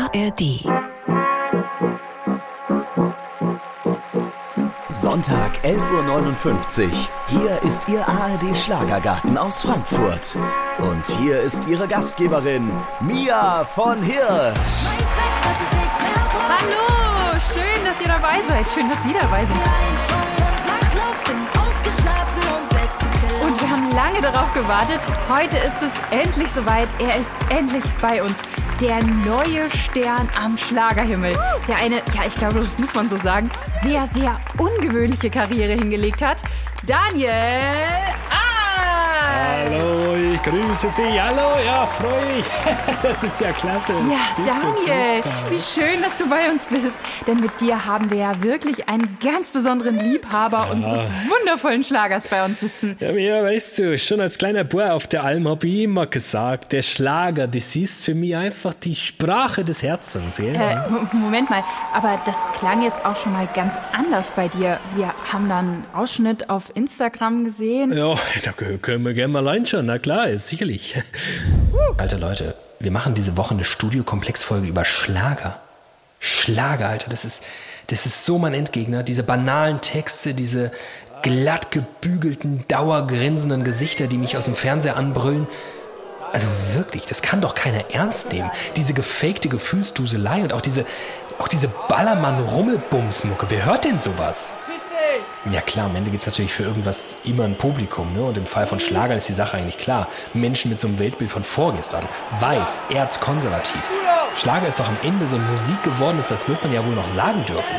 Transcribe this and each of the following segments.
ARD. Sonntag, 11.59 Uhr. Hier ist Ihr ARD-Schlagergarten aus Frankfurt. Und hier ist Ihre Gastgeberin, Mia von Hirsch. Hallo, schön, dass ihr dabei seid. Schön, dass Sie dabei sind. Und wir haben lange darauf gewartet. Heute ist es endlich soweit. Er ist endlich bei uns. Der neue Stern am Schlagerhimmel, der eine, ja, ich glaube, das muss man so sagen, sehr, sehr ungewöhnliche Karriere hingelegt hat. Daniel Hallo, ich grüße Sie. Hallo, ja, freue mich. Das ist ja klasse. Ja, Daniel, wie schön, dass du bei uns bist. Denn mit dir haben wir ja wirklich einen ganz besonderen Liebhaber unseres wundervollen Schlagers bei uns sitzen. Ja, Mia, weißt du, schon als kleiner Bub auf der Alm habe ich immer gesagt, der Schlager, das ist für mich einfach die Sprache des Herzens. Gell? Moment mal, aber das klang jetzt auch schon mal ganz anders bei dir. Wir haben da einen Ausschnitt auf Instagram gesehen. Ja, da können wir gerne mal reinschauen. Na klar, ist sicherlich. Alter Leute, wir machen diese Woche eine Studio-Komplex-Folge über Schlager. Schlager, Alter, das ist so mein Endgegner. Diese banalen Texte, diese glatt gebügelten, dauergrinsenden Gesichter, die mich aus dem Fernseher anbrüllen. Also wirklich, das kann doch keiner ernst nehmen. Diese gefakte Gefühlsduselei und auch diese Ballermann-Rummelbums-Mucke. Wer hört denn sowas? Ja klar, am Ende gibt es natürlich für irgendwas immer ein Publikum, ne? Und im Fall von Schlagern ist die Sache eigentlich klar. Menschen mit so einem Weltbild von vorgestern, weiß, erzkonservativ. Schlager ist doch am Ende so ein Musik gewordenes, das wird man ja wohl noch sagen dürfen.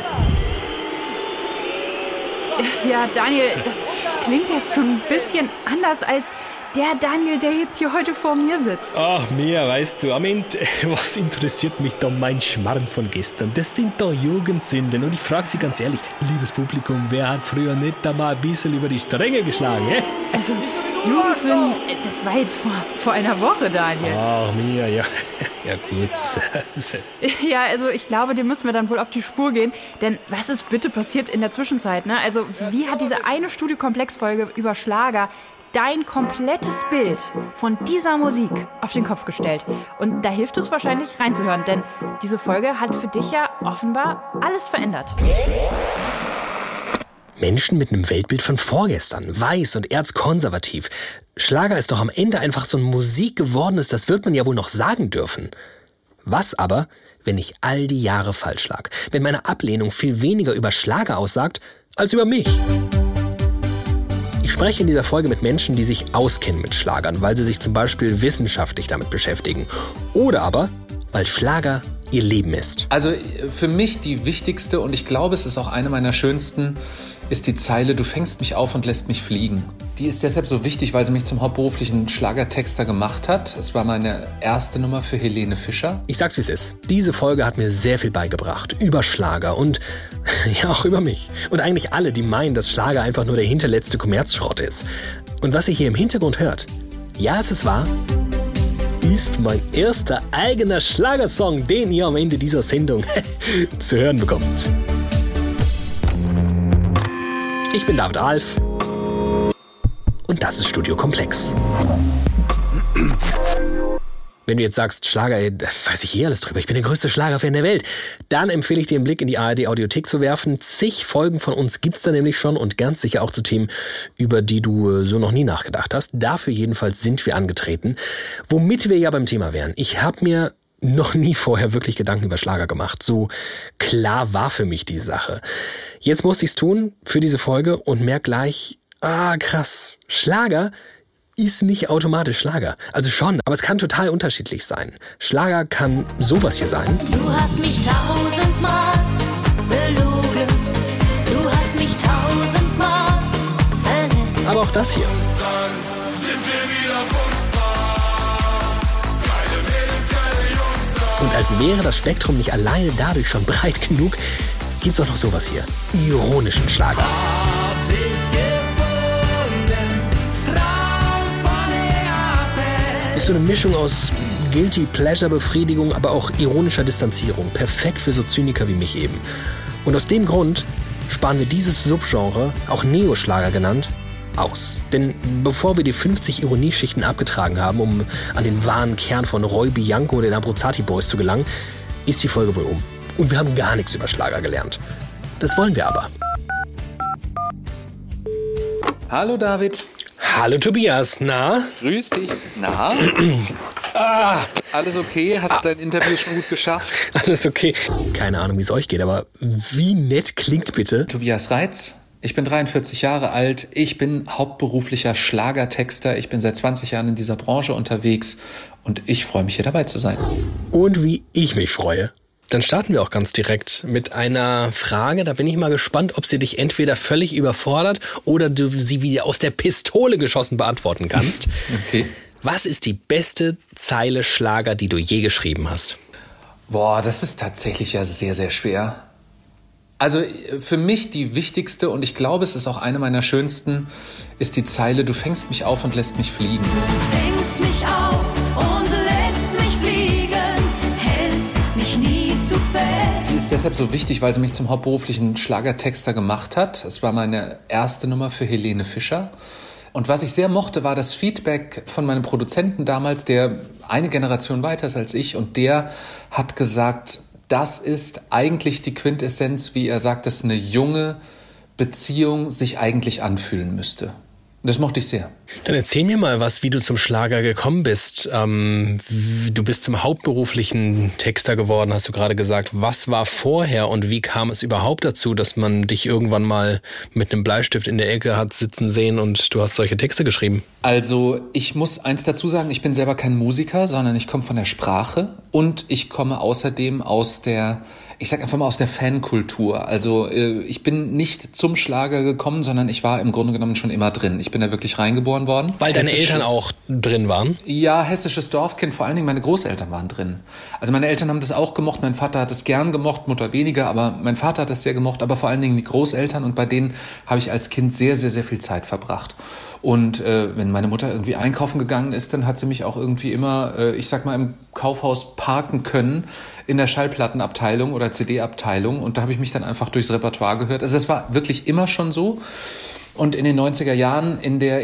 Ja, Daniel, das klingt jetzt so ein bisschen anders als der Daniel, der jetzt hier heute vor mir sitzt. Ach, Mia, weißt du, am Ende, was interessiert mich da mein Schmarrn von gestern? Das sind doch Jugendsünden. Und ich frage Sie ganz ehrlich, liebes Publikum, wer hat früher nicht da mal ein bisschen über die Stränge geschlagen, hä? Also, Jugendsünden, das war jetzt vor einer Woche, Daniel. Ach, Mia, ja gut. Ja, also ich glaube, dem müssen wir dann wohl auf die Spur gehen. Denn was ist bitte passiert in der Zwischenzeit, ne? Also, wie hat diese eine Studio-Komplex-Folge über Schlager dein komplettes Bild von dieser Musik auf den Kopf gestellt? Und da hilft es wahrscheinlich reinzuhören, denn diese Folge hat für dich ja offenbar alles verändert. Menschen mit einem Weltbild von vorgestern, weiß und erzkonservativ. Schlager ist doch am Ende einfach so ein Musik gewordenes, das wird man ja wohl noch sagen dürfen. Was aber, wenn ich all die Jahre falsch lag? Wenn meine Ablehnung viel weniger über Schlager aussagt, als über mich? Ich spreche in dieser Folge mit Menschen, die sich auskennen mit Schlagern, weil sie sich zum Beispiel wissenschaftlich damit beschäftigen. Oder aber, weil Schlager ihr Leben ist. Also für mich die wichtigste, und ich glaube, es ist auch eine meiner schönsten, ist die Zeile, du fängst mich auf und lässt mich fliegen. Die ist deshalb so wichtig, weil sie mich zum hauptberuflichen Schlagertexter gemacht hat. Es war meine erste Nummer für Helene Fischer. Ich sag's, wie es ist. Diese Folge hat mir sehr viel beigebracht. Über Schlager und ja auch über mich. Und eigentlich alle, die meinen, dass Schlager einfach nur der hinterletzte Kommerzschrott ist. Und was ihr hier im Hintergrund hört, ja, es ist wahr, ist mein erster eigener Schlagersong, den ihr am Ende dieser Sendung zu hören bekommt. Ich bin David Alf und das ist Studio Komplex. Wenn du jetzt sagst, Schlager, weiß ich alles drüber, ich bin der größte Schlagerfan der Welt, dann empfehle ich dir einen Blick in die ARD-Audiothek zu werfen. Zig Folgen von uns gibt's da nämlich schon und ganz sicher auch zu Themen, über die du so noch nie nachgedacht hast. Dafür jedenfalls sind wir angetreten. Womit wir ja beim Thema wären. Ich habe mir noch nie vorher wirklich Gedanken über Schlager gemacht. So klar war für mich die Sache. Jetzt musste ich es tun für diese Folge und merke gleich, krass, Schlager ist nicht automatisch Schlager. Also schon, aber es kann total unterschiedlich sein. Schlager kann sowas hier sein. Du hast mich 1000-mal belogen. Du hast mich 1000-mal verletzt. Aber auch das hier. Und als wäre das Spektrum nicht alleine dadurch schon breit genug, gibt's auch noch sowas hier. Ironischen Schlager. Ist so eine Mischung aus Guilty Pleasure Befriedigung, aber auch ironischer Distanzierung. Perfekt für so Zyniker wie mich eben. Und aus dem Grund sparen wir dieses Subgenre, auch Neoschlager genannt, aus. Denn bevor wir die 50 Ironieschichten abgetragen haben, um an den wahren Kern von Roy Bianco, den Abruzzati Boys, zu gelangen, ist die Folge wohl um. Und wir haben gar nichts über Schlager gelernt. Das wollen wir aber. Hallo David. Hallo Tobias, na? Grüß dich. Na? Alles okay? Hast du dein Interview schon gut geschafft? Alles okay. Keine Ahnung, wie es euch geht, aber wie nett klingt bitte? Tobias Reitz. Ich bin 43 Jahre alt. Ich bin hauptberuflicher Schlagertexter. Ich bin seit 20 Jahren in dieser Branche unterwegs und ich freue mich, hier dabei zu sein. Und wie ich mich freue. Dann starten wir auch ganz direkt mit einer Frage. Da bin ich mal gespannt, ob sie dich entweder völlig überfordert oder du sie wie aus der Pistole geschossen beantworten kannst. Okay. Was ist die beste Zeile Schlager, die du je geschrieben hast? Boah, das ist tatsächlich ja sehr, sehr schwer. Also für mich die wichtigste und ich glaube, es ist auch eine meiner schönsten, ist die Zeile: Du fängst mich auf und lässt mich fliegen. Du fängst mich auf und lässt mich fliegen, hältst mich nie zu fest. Die ist deshalb so wichtig, weil sie mich zum hauptberuflichen Schlagertexter gemacht hat. Es war meine erste Nummer für Helene Fischer. Und was ich sehr mochte, war das Feedback von meinem Produzenten damals, der eine Generation weiter ist als ich. Und der hat gesagt, das ist eigentlich die Quintessenz, wie er sagt, dass eine junge Beziehung sich eigentlich anfühlen müsste. Das mochte ich sehr. Dann erzähl mir mal was, wie du zum Schlager gekommen bist. Du bist zum hauptberuflichen Texter geworden, hast du gerade gesagt. Was war vorher und wie kam es überhaupt dazu, dass man dich irgendwann mal mit einem Bleistift in der Ecke hat sitzen sehen und du hast solche Texte geschrieben? Also ich muss eins dazu sagen, ich bin selber kein Musiker, sondern ich komme von der Sprache und ich komme außerdem aus der Fankultur. Also ich bin nicht zum Schlager gekommen, sondern ich war im Grunde genommen schon immer drin. Ich bin da wirklich reingeboren worden. Weil deine Eltern auch drin waren? Ja, hessisches Dorfkind, vor allen Dingen meine Großeltern waren drin. Also meine Eltern haben das auch gemocht, mein Vater hat es gern gemocht, Mutter weniger, aber mein Vater hat es sehr gemocht, aber vor allen Dingen die Großeltern und bei denen habe ich als Kind sehr, sehr, sehr viel Zeit verbracht. Und wenn meine Mutter irgendwie einkaufen gegangen ist, dann hat sie mich auch irgendwie immer, im Kaufhaus parken können in der Schallplattenabteilung oder CD-Abteilung und da habe ich mich dann einfach durchs Repertoire gehört. Also das war wirklich immer schon so. Und in den 90er Jahren, in der,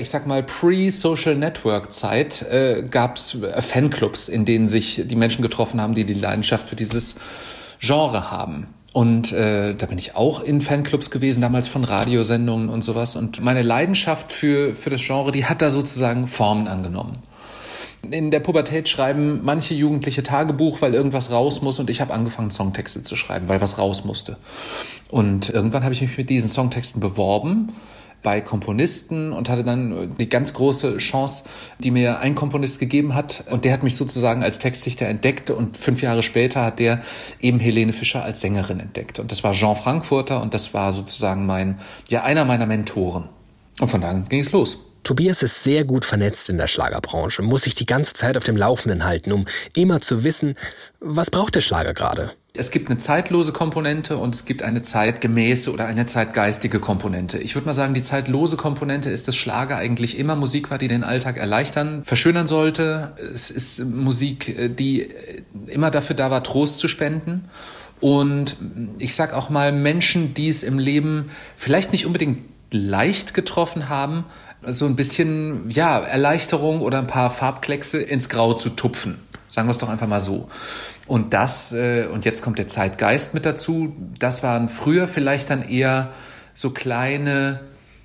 Pre-Social-Network-Zeit, gab es Fanclubs, in denen sich die Menschen getroffen haben, die die Leidenschaft für dieses Genre haben. Und da bin ich auch in Fanclubs gewesen, damals von Radiosendungen und sowas. Und meine Leidenschaft für das Genre, die hat da sozusagen Formen angenommen. In der Pubertät schreiben manche Jugendliche Tagebuch, weil irgendwas raus muss. Und ich habe angefangen, Songtexte zu schreiben, weil was raus musste. Und irgendwann habe ich mich mit diesen Songtexten beworben bei Komponisten und hatte dann die ganz große Chance, die mir ein Komponist gegeben hat. Und der hat mich sozusagen als Textdichter entdeckt und 5 Jahre später hat der eben Helene Fischer als Sängerin entdeckt. Und das war Jean Frankfurter und das war sozusagen einer meiner Mentoren. Und von da ging es los. Tobias ist sehr gut vernetzt in der Schlagerbranche, muss sich die ganze Zeit auf dem Laufenden halten, um immer zu wissen, was braucht der Schlager gerade. Es gibt eine zeitlose Komponente und es gibt eine zeitgemäße oder eine zeitgeistige Komponente. Ich würde mal sagen, die zeitlose Komponente ist, dass Schlager eigentlich immer Musik war, die den Alltag erleichtern, verschönern sollte. Es ist Musik, die immer dafür da war, Trost zu spenden. Und ich sag auch mal, Menschen, die es im Leben vielleicht nicht unbedingt leicht getroffen haben, so ein bisschen Erleichterung oder ein paar Farbkleckse ins Grau zu tupfen. Sagen wir es doch einfach mal so. Und und jetzt kommt der Zeitgeist mit dazu, das waren früher vielleicht dann eher so kleine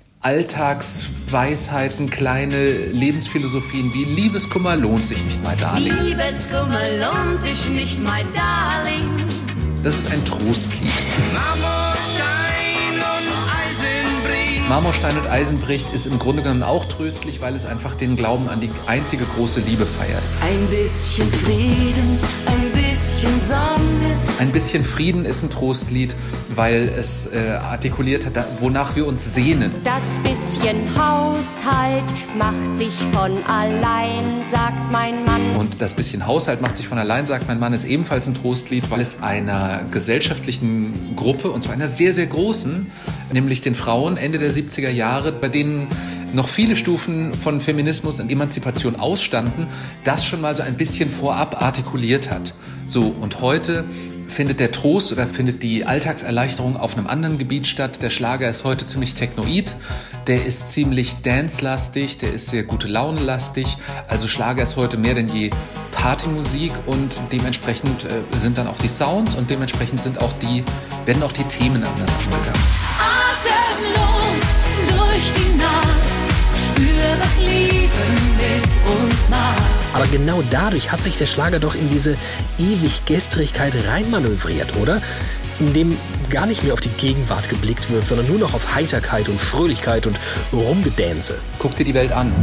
Alltagsweisheiten, kleine Lebensphilosophien wie Liebeskummer lohnt sich nicht, my darling. Liebeskummer lohnt sich nicht, my darling. Das ist ein Trostlied. Marmorstein und Eisenbricht ist im Grunde genommen auch tröstlich, weil es einfach den Glauben an die einzige große Liebe feiert. Ein bisschen Frieden, ein bisschen Sonne. Ein bisschen Frieden ist ein Trostlied, weil es artikuliert hat, wonach wir uns sehnen. Das bisschen Haushalt macht sich von allein, sagt mein Mann. Und das bisschen Haushalt macht sich von allein, sagt mein Mann, ist ebenfalls ein Trostlied, weil es einer gesellschaftlichen Gruppe, und zwar einer sehr, sehr großen, nämlich den Frauen Ende der 70er Jahre, bei denen noch viele Stufen von Feminismus und Emanzipation ausstanden, das schon mal so ein bisschen vorab artikuliert hat. So, und heute findet der Trost oder findet die Alltagserleichterung auf einem anderen Gebiet statt. Der Schlager ist heute ziemlich technoid, der ist ziemlich dance-lastig, der ist sehr gute Laune-lastig. Also Schlager ist heute mehr denn je Partymusik und dementsprechend sind dann auch die Sounds und dementsprechend werden auch die Themen anders angegangen. Atemlos durch die Nacht, spür, was Liebe mit uns macht. Aber genau dadurch hat sich der Schlager doch in diese ewig Gestrigkeit reinmanövriert, oder? In dem gar nicht mehr auf die Gegenwart geblickt wird, sondern nur noch auf Heiterkeit und Fröhlichkeit und Rumgedänse. Guck dir die Welt an.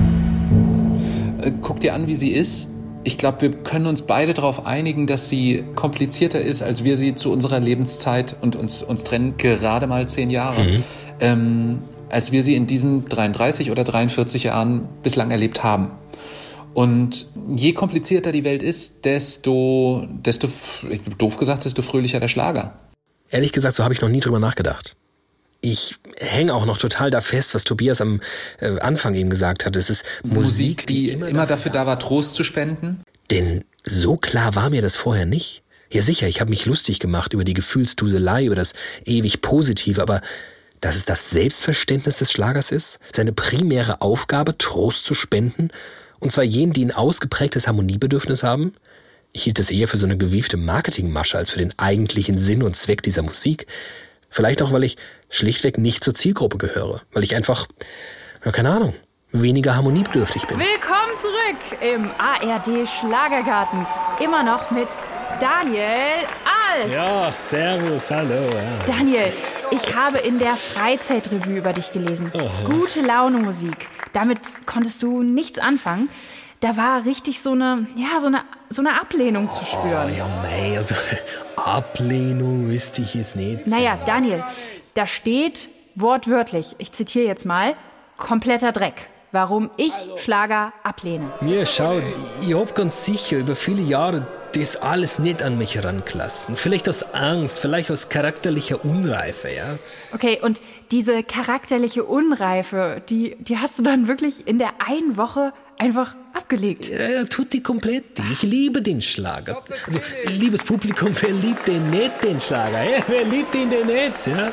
Guck dir an, wie sie ist. Ich glaube, wir können uns beide darauf einigen, dass sie komplizierter ist, als wir sie zu unserer Lebenszeit und uns trennen gerade mal 10 Jahre, als wir sie in diesen 33 oder 43 Jahren bislang erlebt haben. Und je komplizierter die Welt ist, desto doof gesagt, desto fröhlicher der Schlager. Ehrlich gesagt, so habe ich noch nie drüber nachgedacht. Ich hänge auch noch total da fest, was Tobias am Anfang eben gesagt hat. Es ist Musik, die immer dafür da war, Trost zu spenden. Denn so klar war mir das vorher nicht. Ja sicher, ich habe mich lustig gemacht über die Gefühlsduselei, über das ewig Positive, aber dass es das Selbstverständnis des Schlagers ist, seine primäre Aufgabe, Trost zu spenden, und zwar jenen, die ein ausgeprägtes Harmoniebedürfnis haben? Ich hielt das eher für so eine gewiefte Marketingmasche als für den eigentlichen Sinn und Zweck dieser Musik. Vielleicht auch, weil ich schlichtweg nicht zur Zielgruppe gehöre. Weil ich einfach, ja keine Ahnung, weniger harmoniebedürftig bin. Willkommen zurück im ARD Schlagergarten. Immer noch mit Daniel Alt. Ja, servus, hallo. Ja. Daniel, ich habe in der Freizeitrevue über dich gelesen. Gute Laune Musik. Damit konntest du nichts anfangen. Da war richtig so eine Ablehnung zu spüren. Oh ja, mei, also Ablehnung wüsste ich jetzt nicht. Naja, Daniel, da steht wortwörtlich, ich zitiere jetzt mal, kompletter Dreck. Warum ich Schlager ablehne. Mir schau, ich hab ganz sicher über viele Jahre das alles nicht an mich herangelassen. Vielleicht aus Angst, vielleicht aus charakterlicher Unreife, ja. Okay, und diese charakterliche Unreife, die hast du dann wirklich in der einen Woche einfach abgelegt? Ja, tutti kompletti. Ich liebe den Schlager. Also, liebes Publikum, wer liebt den nicht, den Schlager? Ja? Wer liebt ihn denn nicht? Ja?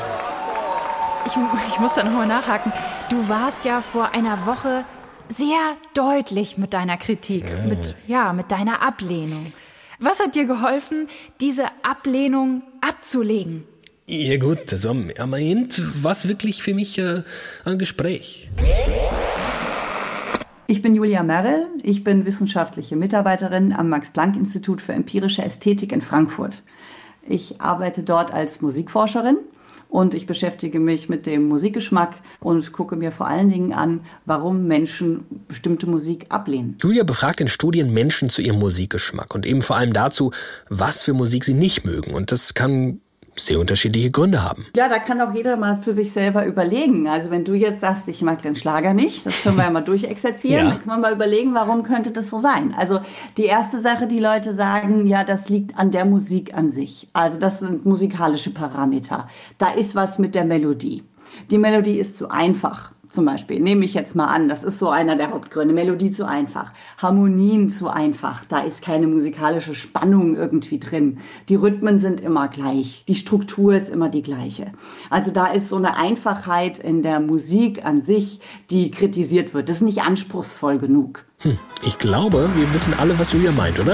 Ich muss da nochmal nachhaken. Du warst ja vor einer Woche sehr deutlich mit deiner Kritik, mit deiner Ablehnung. Was hat dir geholfen, diese Ablehnung abzulegen? Ja gut, also am Ende war es wirklich für mich ein Gespräch. Ich bin Julia Merrill, ich bin wissenschaftliche Mitarbeiterin am Max-Planck-Institut für empirische Ästhetik in Frankfurt. Ich arbeite dort als Musikforscherin und ich beschäftige mich mit dem Musikgeschmack und gucke mir vor allen Dingen an, warum Menschen bestimmte Musik ablehnen. Julia befragt in Studien Menschen zu ihrem Musikgeschmack und eben vor allem dazu, was für Musik sie nicht mögen. Und das kann sehr unterschiedliche Gründe haben. Ja, da kann auch jeder mal für sich selber überlegen. Also wenn du jetzt sagst, ich mag den Schlager nicht, das können wir ja mal durchexerzieren, Dann kann man mal überlegen, warum könnte das so sein. Also die erste Sache, die Leute sagen, ja, das liegt an der Musik an sich. Also das sind musikalische Parameter. Da ist was mit der Melodie. Die Melodie ist zu einfach. Zum Beispiel, nehme ich jetzt mal an, das ist so einer der Hauptgründe. Melodie zu einfach, Harmonien zu einfach, da ist keine musikalische Spannung irgendwie drin. Die Rhythmen sind immer gleich, die Struktur ist immer die gleiche. Also da ist so eine Einfachheit in der Musik an sich, die kritisiert wird. Das ist nicht anspruchsvoll genug. Ich glaube, wir wissen alle, was Julia meint, oder?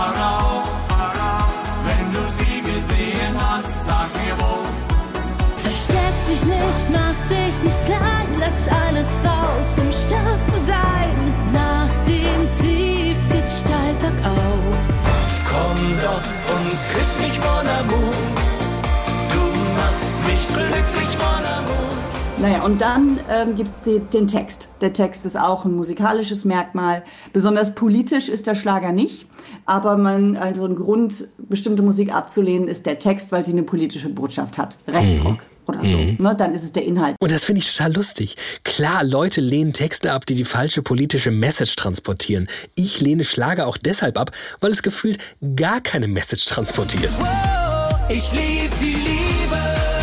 Wenn du sie gesehen hast, sag mir wo. Versteck dich nicht, mach dich nicht klein. Lass alles raus, um stark zu sein. Nach dem Tief geht's steil bergauf. Komm doch und küss mich, mon amour. Du machst mich glücklich, mon amour. Naja, und dann gibt es den Text. Der Text ist auch ein musikalisches Merkmal. Besonders politisch ist der Schlager nicht. Aber also ein Grund, bestimmte Musik abzulehnen, ist der Text, weil sie eine politische Botschaft hat. Rechtsrock. Oder so, ne? Dann ist es der Inhalt. Und das finde ich total lustig. Klar, Leute lehnen Texte ab, die die falsche politische Message transportieren. Ich lehne Schlager auch deshalb ab, weil es gefühlt gar keine Message transportiert. Wow, ich lieb die Liebe,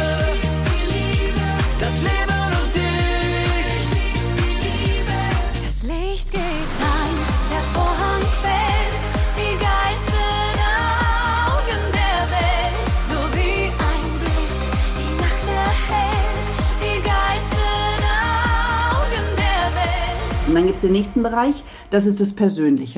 das Leben und dich. Das Licht geht rein, der Vorhang fällt, die geilsten Augen der Welt, so wie ein Blitz, die Nacht erhellt, die geilsten Augen der Welt. Und dann gibt es den nächsten Bereich, das ist das Persönliche.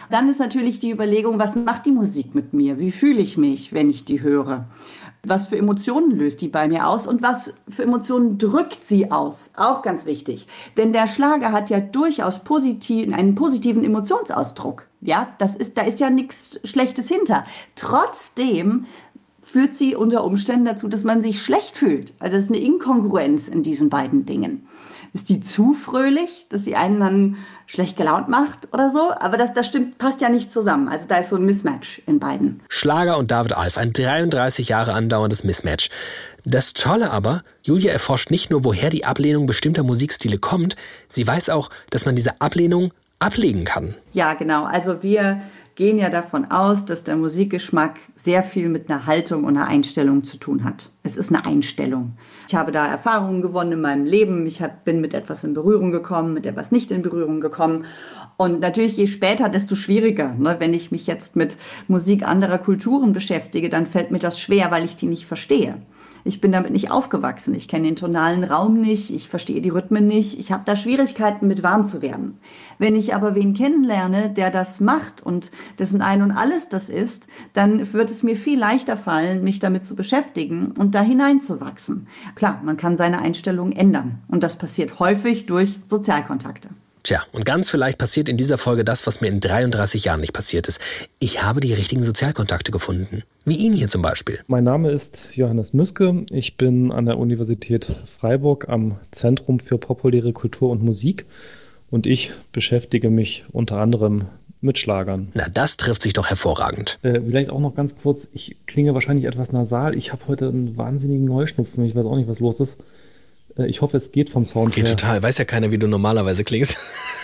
Dann ist natürlich die Überlegung, was macht die Musik mit mir? Wie fühle ich mich, wenn ich die höre? Was für Emotionen löst die bei mir aus und was für Emotionen drückt sie aus? Auch ganz wichtig. Denn der Schlager hat ja durchaus einen positiven Emotionsausdruck. Ja, da ist ja nichts Schlechtes hinter. Trotzdem führt sie unter Umständen dazu, dass man sich schlecht fühlt. Also es ist eine Inkongruenz in diesen beiden Dingen. Ist die zu fröhlich, dass sie einen dann schlecht gelaunt macht oder so? Aber das stimmt, passt ja nicht zusammen. Also da ist so ein Mismatch in beiden. Schlager und David Alf, ein 33 Jahre andauerndes Mismatch. Das Tolle aber, Julia erforscht nicht nur, woher die Ablehnung bestimmter Musikstile kommt, sie weiß auch, dass man diese Ablehnung ablegen kann. Ja, genau. Also wir gehen ja davon aus, dass der Musikgeschmack sehr viel mit einer Haltung und einer Einstellung zu tun hat. Es ist eine Einstellung. Ich habe da Erfahrungen gewonnen in meinem Leben. Ich bin mit etwas in Berührung gekommen, mit etwas nicht in Berührung gekommen. Und natürlich je später, desto schwieriger. Ne? Wenn ich mich jetzt mit Musik anderer Kulturen beschäftige, dann fällt mir das schwer, weil ich die nicht verstehe. Ich bin damit nicht aufgewachsen. Ich kenne den tonalen Raum nicht. Ich verstehe die Rhythmen nicht. Ich habe da Schwierigkeiten, mit warm zu werden. Wenn ich aber wen kennenlerne, der das macht und dessen Ein und Alles das ist, dann wird es mir viel leichter fallen, mich damit zu beschäftigen und da hineinzuwachsen. Klar, man kann seine Einstellung ändern. Und das passiert häufig durch Sozialkontakte. Tja, und ganz vielleicht passiert in dieser Folge das, was mir in 33 Jahren nicht passiert ist. Ich habe die richtigen Sozialkontakte gefunden. Wie ihn hier zum Beispiel. Mein Name ist Johannes Müske. Ich bin an der Universität Freiburg am Zentrum für populäre Kultur und Musik. Und ich beschäftige mich unter anderem mit Schlagern. Na, das trifft sich doch hervorragend. Vielleicht auch noch ganz kurz, ich klinge wahrscheinlich etwas nasal. Ich habe heute einen wahnsinnigen Heuschnupfen. Ich weiß auch nicht, was los ist. Ich hoffe, es geht vom Sound her. Geht total. Weiß ja keiner, wie du normalerweise klingst.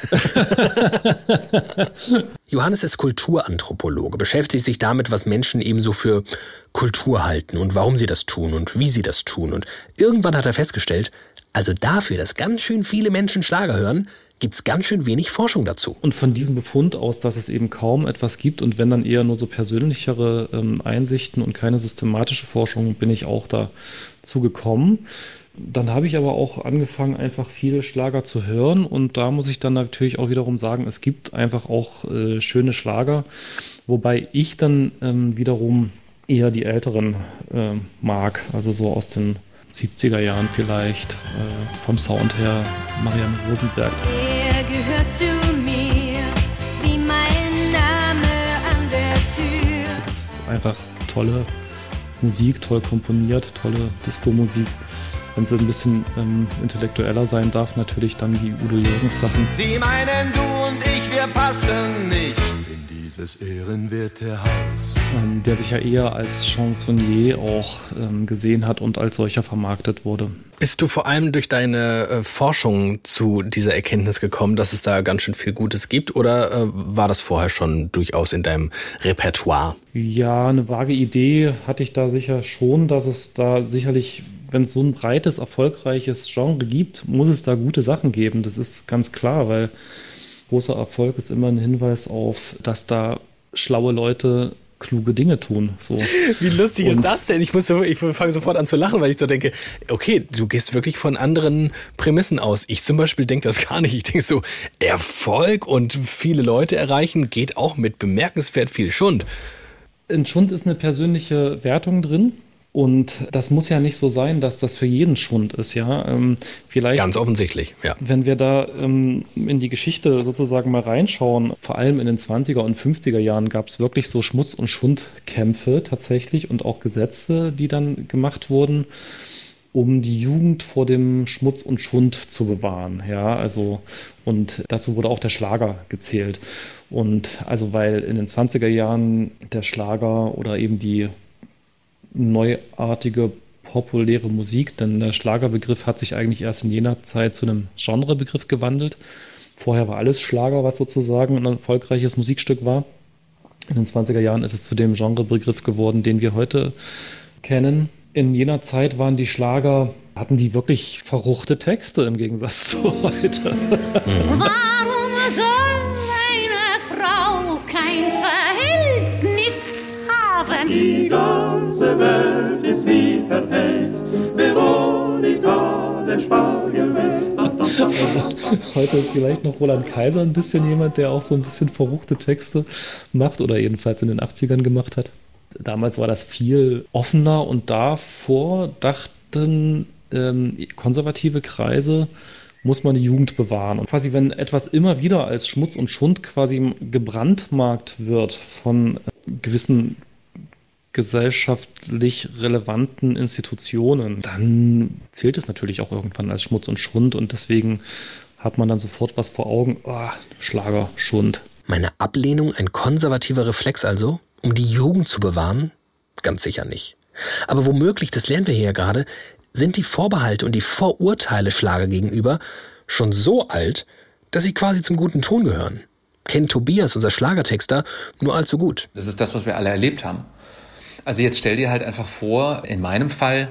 Johannes ist Kulturanthropologe, beschäftigt sich damit, was Menschen ebenso für Kultur halten und warum sie das tun und wie sie das tun. Und irgendwann hat er festgestellt, also dafür, dass ganz schön viele Menschen Schlager hören, gibt es ganz schön wenig Forschung dazu. Und von diesem Befund aus, dass es eben kaum etwas gibt und wenn dann eher nur so persönlichere Einsichten und keine systematische Forschung, bin ich auch dazu gekommen. Dann habe ich aber auch angefangen, einfach viele Schlager zu hören und da muss ich dann natürlich auch wiederum sagen, es gibt einfach auch schöne Schlager, wobei ich dann wiederum eher die älteren mag, also so aus den 70er Jahren vielleicht, vom Sound her, Marianne Rosenberg. Er gehört zu mir, wie mein Name an der Tür. Das ist einfach tolle Musik, toll komponiert, tolle Disco-Musik. Wenn es ein bisschen intellektueller sein darf, natürlich dann die Udo Jürgens Sachen. Sie meinen, du und ich, wir passen nicht in dieses ehrenwerte Haus. Der sich ja eher als Chansonnier auch gesehen hat und als solcher vermarktet wurde. Bist du vor allem durch deine Forschung zu dieser Erkenntnis gekommen, dass es da ganz schön viel Gutes gibt? Oder war das vorher schon durchaus in deinem Repertoire? Ja, eine vage Idee hatte ich da sicher schon, dass es da sicherlich, wenn es so ein breites, erfolgreiches Genre gibt, muss es da gute Sachen geben. Das ist ganz klar, weil großer Erfolg ist immer ein Hinweis auf, dass da schlaue Leute kluge Dinge tun. So. Wie lustig ist das denn? Ich fange sofort an zu lachen, weil ich so denke, okay, du gehst wirklich von anderen Prämissen aus. Ich zum Beispiel denke das gar nicht. Ich denke so, Erfolg und viele Leute erreichen geht auch mit bemerkenswert viel Schund. In Schund ist eine persönliche Wertung drin. Und das muss ja nicht so sein, dass das für jeden Schund ist, ja. Vielleicht, ganz offensichtlich, ja. Wenn wir da in die Geschichte sozusagen mal reinschauen, vor allem in den 20er und 50er Jahren gab es wirklich so Schmutz- und Schundkämpfe tatsächlich und auch Gesetze, die dann gemacht wurden, um die Jugend vor dem Schmutz und Schund zu bewahren, ja. Also, und dazu wurde auch der Schlager gezählt. Und also, weil in den 20er Jahren der Schlager oder eben die neuartige, populäre Musik, denn der Schlagerbegriff hat sich eigentlich erst in jener Zeit zu einem Genrebegriff gewandelt. Vorher war alles Schlager, was sozusagen ein erfolgreiches Musikstück war. In den 20er Jahren ist es zu dem Genrebegriff geworden, den wir heute kennen. In jener Zeit waren die Schlager, hatten die wirklich verruchte Texte im Gegensatz zu heute. Warum soll eine Frau kein Verhältnis haben? Die ganze Welt ist wie verhext, Veronika, der Spargelwelt. Heute ist vielleicht noch Roland Kaiser ein bisschen jemand, der auch so ein bisschen verruchte Texte macht oder jedenfalls in den 80ern gemacht hat. Damals war das viel offener und davor dachten konservative Kreise, muss man die Jugend bewahren. Und quasi, wenn etwas immer wieder als Schmutz und Schund quasi gebrandmarkt wird von gewissen gesellschaftlich relevanten Institutionen, dann zählt es natürlich auch irgendwann als Schmutz und Schund und deswegen hat man dann sofort was vor Augen. Schlager, Schund. Meine Ablehnung ein konservativer Reflex also? Um die Jugend zu bewahren? Ganz sicher nicht. Aber womöglich, das lernen wir hier ja gerade, sind die Vorbehalte und die Vorurteile Schlager gegenüber schon so alt, dass sie quasi zum guten Ton gehören. Kennt Tobias, unser Schlagertexter, nur allzu gut. Das ist das, was wir alle erlebt haben. Also jetzt stell dir halt einfach vor, in meinem Fall,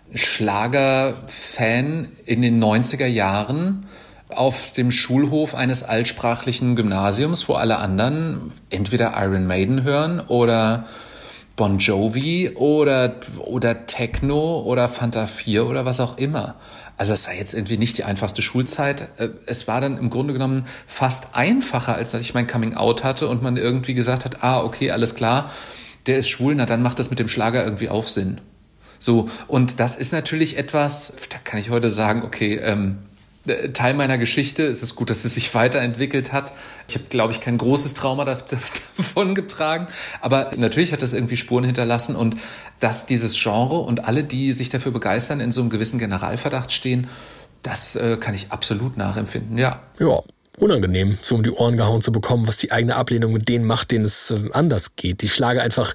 Schlagerfan in den 90er Jahren auf dem Schulhof eines altsprachlichen Gymnasiums, wo alle anderen entweder Iron Maiden hören oder Bon Jovi oder Techno oder Fanta 4 oder was auch immer. Also es war jetzt irgendwie nicht die einfachste Schulzeit. Es war dann im Grunde genommen fast einfacher, als ich mein Coming-out hatte und man irgendwie gesagt hat, okay, alles klar, der ist schwul, na dann macht das mit dem Schlager irgendwie auch Sinn. So, und das ist natürlich etwas, da kann ich heute sagen, okay, Teil meiner Geschichte. Es ist gut, dass es sich weiterentwickelt hat. Ich habe, glaube ich, kein großes Trauma davon getragen. Aber natürlich hat das irgendwie Spuren hinterlassen. Und dass dieses Genre und alle, die sich dafür begeistern, in so einem gewissen Generalverdacht stehen, das kann ich absolut nachempfinden, ja. Ja, unangenehm, so um die Ohren gehauen zu bekommen, was die eigene Ablehnung mit denen macht, denen es anders geht. Die Schlager einfach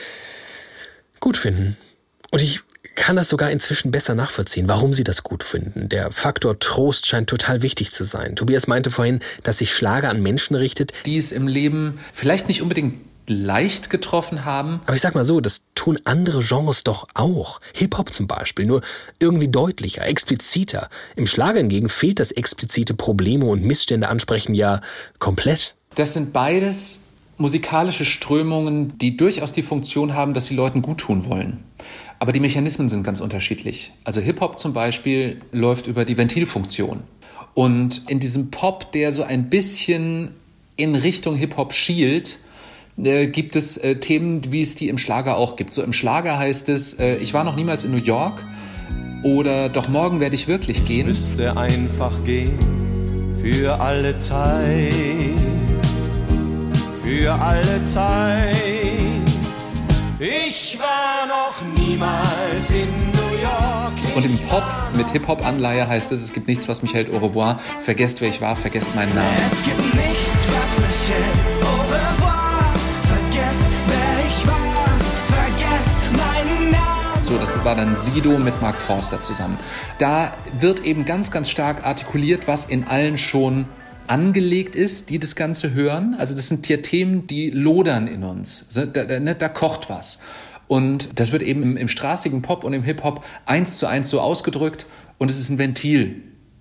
gut finden. Und ich kann das sogar inzwischen besser nachvollziehen, warum sie das gut finden. Der Faktor Trost scheint total wichtig zu sein. Tobias meinte vorhin, dass sich Schlager an Menschen richtet, die es im Leben vielleicht nicht unbedingt leicht getroffen haben. Aber ich sag mal so, das tun andere Genres doch auch. Hip-Hop zum Beispiel, nur irgendwie deutlicher, expliziter. Im Schlager hingegen fehlt das explizite Probleme und Missstände ansprechen ja komplett. Das sind beides musikalische Strömungen, die durchaus die Funktion haben, dass sie Leuten gut tun wollen. Aber die Mechanismen sind ganz unterschiedlich. Also Hip-Hop zum Beispiel läuft über die Ventilfunktion. Und in diesem Pop, der so ein bisschen in Richtung Hip-Hop schielt, gibt es Themen, wie es die im Schlager auch gibt. So im Schlager heißt es, ich war noch niemals in New York oder doch morgen werde ich wirklich gehen. Es müsste einfach gehen für alle Zeit, für alle Zeit. Ich war noch niemals in New York. Und im Pop mit Hip-Hop-Anleihe heißt es, es gibt nichts, was mich hält, au revoir. Vergesst, wer ich war, vergesst meinen Namen. Es gibt nichts, was mich hält, au revoir. Vergesst, wer ich war, vergesst meinen Namen. So, das war dann Sido mit Mark Forster zusammen. Da wird eben ganz, ganz stark artikuliert, was in allen schon angelegt ist, die das Ganze hören. Also das sind hier Themen, die lodern in uns. Da kocht was. Und das wird eben im straßigen Pop und im Hip-Hop 1:1 so ausgedrückt und es ist ein Ventil.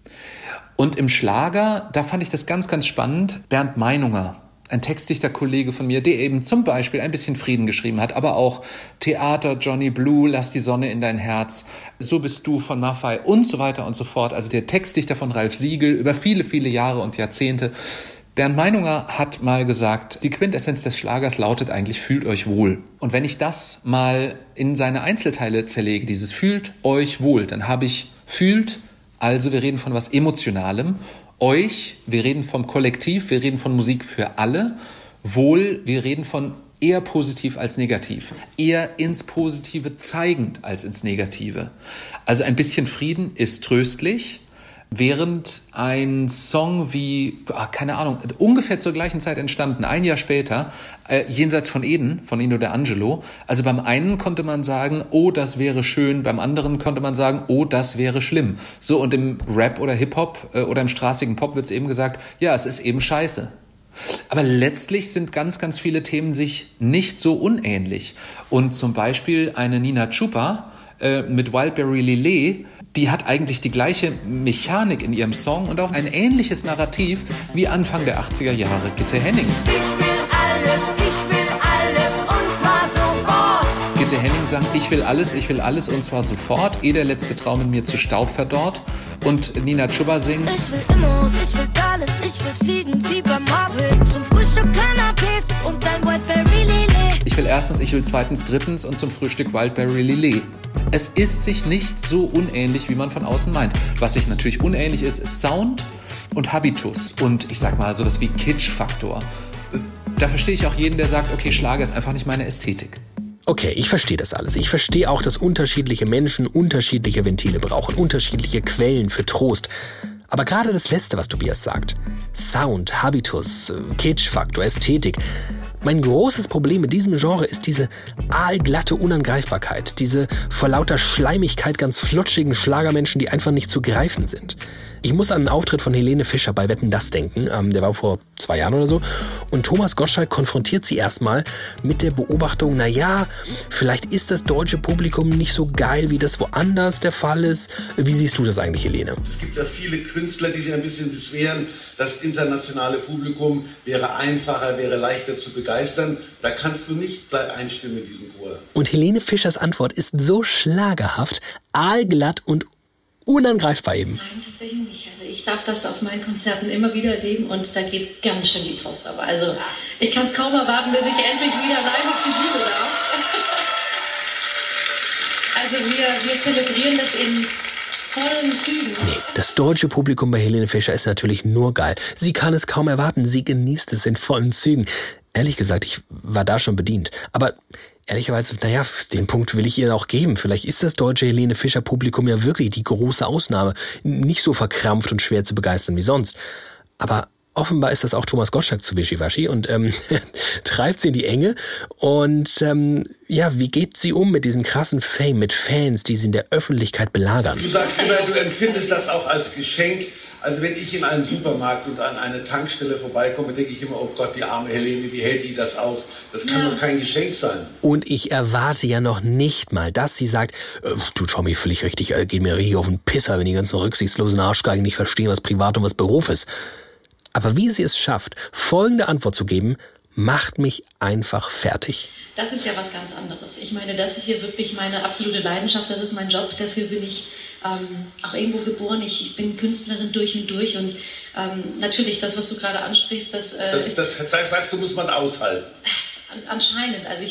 Und im Schlager, da fand ich das ganz, ganz spannend. Bernd Meinunger, ein Textdichterkollege von mir, der eben zum Beispiel ein bisschen Frieden geschrieben hat, aber auch Theater, Johnny Blue, Lass die Sonne in dein Herz, So bist du von Maffay und so weiter und so fort. Also der Textdichter von Ralf Siegel über viele, viele Jahre und Jahrzehnte. Bernd Meinunger hat mal gesagt, die Quintessenz des Schlagers lautet eigentlich, fühlt euch wohl. Und wenn ich das mal in seine Einzelteile zerlege, dieses fühlt euch wohl, dann habe ich fühlt, also wir reden von was Emotionalem, euch, wir reden vom Kollektiv, wir reden von Musik für alle, wohl, wir reden von eher positiv als negativ, eher ins Positive zeigend als ins Negative. Also ein bisschen Frieden ist tröstlich, während ein Song wie, keine Ahnung, ungefähr zur gleichen Zeit entstanden, ein Jahr später, Jenseits von Eden, von Nino D'Angelo. Also beim einen konnte man sagen, oh, das wäre schön, beim anderen konnte man sagen, oh, das wäre schlimm. So, und im Rap oder Hip-Hop oder im straßigen Pop wird es eben gesagt, ja, es ist eben scheiße. Aber letztlich sind ganz, ganz viele Themen sich nicht so unähnlich. Und zum Beispiel eine Nina Chupa mit Wildberry Lillet, die hat eigentlich die gleiche Mechanik in ihrem Song und auch ein ähnliches Narrativ wie Anfang der 80er Jahre Gitte Henning. Ich will alles und zwar sofort. Gitte Else Henning sang, ich will alles und zwar sofort, ehe der letzte Traum in mir zu Staub verdorrt. Und Nina Chuba singt, ich will Immos, ich will alles, ich will fliegen wie bei Marvel. Zum Frühstück Cannabis und dein Wildberry Lillet. Ich will erstens, ich will zweitens, drittens und zum Frühstück Wildberry Lillet. Es ist sich nicht so unähnlich, wie man von außen meint. Was sich natürlich unähnlich ist Sound und Habitus und ich sag mal sowas wie Kitsch-Faktor. Da verstehe ich auch jeden, der sagt, okay, Schlager ist einfach nicht meine Ästhetik. Okay, ich verstehe das alles. Ich verstehe auch, dass unterschiedliche Menschen unterschiedliche Ventile brauchen, unterschiedliche Quellen für Trost. Aber gerade das Letzte, was Tobias sagt, Sound, Habitus, Kitsch-Faktor, Ästhetik. Mein großes Problem mit diesem Genre ist diese aalglatte Unangreifbarkeit, diese vor lauter Schleimigkeit ganz flutschigen Schlagermenschen, die einfach nicht zu greifen sind. Ich muss an einen Auftritt von Helene Fischer bei Wetten, dass denken, der war vor 2 Jahren oder so. Und Thomas Gottschalk konfrontiert sie erstmal mit der Beobachtung, naja, vielleicht ist das deutsche Publikum nicht so geil, wie das woanders der Fall ist. Wie siehst du das eigentlich, Helene? Es gibt ja viele Künstler, die sich ein bisschen beschweren, das internationale Publikum wäre einfacher, wäre leichter zu begeistern. Da kannst du nicht einstimmen mit diesem Chor. Und Helene Fischers Antwort ist so schlagerhaft, aalglatt und unangreifbar eben. Nein, tatsächlich nicht. Also ich darf das auf meinen Konzerten immer wieder erleben und da geht ganz schön die Post aber. Also ich kann es kaum erwarten, bis ich endlich wieder live auf die Bühne darf. Also wir zelebrieren das in vollen Zügen. Nee, das deutsche Publikum bei Helene Fischer ist natürlich nur geil. Sie kann es kaum erwarten, sie genießt es in vollen Zügen. Ehrlich gesagt, ich war da schon bedient. Aber ehrlicherweise, naja, den Punkt will ich ihr auch geben. Vielleicht ist das deutsche Helene Fischer Publikum ja wirklich die große Ausnahme. Nicht so verkrampft und schwer zu begeistern wie sonst. Aber offenbar ist das auch Thomas Gottschalk zu wischiwaschi und treibt sie in die Enge. Und wie geht sie um mit diesem krassen Fame, mit Fans, die sie in der Öffentlichkeit belagern? Du sagst immer, du empfindest das auch als Geschenk. Also wenn ich in einen Supermarkt und an eine Tankstelle vorbeikomme, denke ich immer, oh Gott, die arme Helene, wie hält die das aus? Das kann doch kein Geschenk sein. Und ich erwarte ja noch nicht mal, dass sie sagt, du Tommy, völlig richtig, geht mir richtig auf den Pisser, wenn die ganzen rücksichtslosen Arschgeigen nicht verstehen, was Privat und was Beruf ist. Aber wie sie es schafft, folgende Antwort zu geben, macht mich einfach fertig. Das ist ja was ganz anderes. Ich meine, das ist hier wirklich meine absolute Leidenschaft. Das ist mein Job. Dafür bin ich auch irgendwo geboren. Ich bin Künstlerin durch und durch. Und natürlich, das, was du gerade ansprichst, das sagst du, muss man aushalten. Anscheinend. Also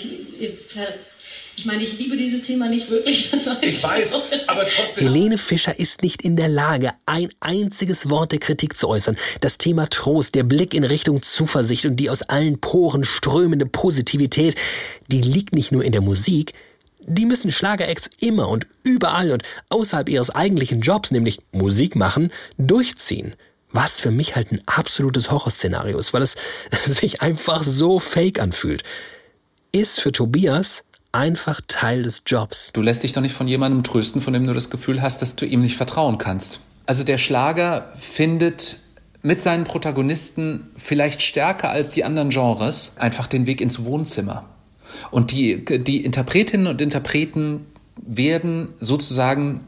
ich meine, ich liebe dieses Thema nicht wirklich. Ich weiß, aber trotzdem. Helene Fischer ist nicht in der Lage, ein einziges Wort der Kritik zu äußern. Das Thema Trost, der Blick in Richtung Zuversicht und die aus allen Poren strömende Positivität, die liegt nicht nur in der Musik. Die müssen Schlageracts immer und überall und außerhalb ihres eigentlichen Jobs, nämlich Musik machen, durchziehen. Was für mich halt ein absolutes Horrorszenario ist, weil es sich einfach so fake anfühlt. Ist für Tobias einfach Teil des Jobs. Du lässt dich doch nicht von jemandem trösten, von dem du das Gefühl hast, dass du ihm nicht vertrauen kannst. Also der Schlager findet mit seinen Protagonisten vielleicht stärker als die anderen Genres einfach den Weg ins Wohnzimmer. Und die Interpretinnen und Interpreten werden sozusagen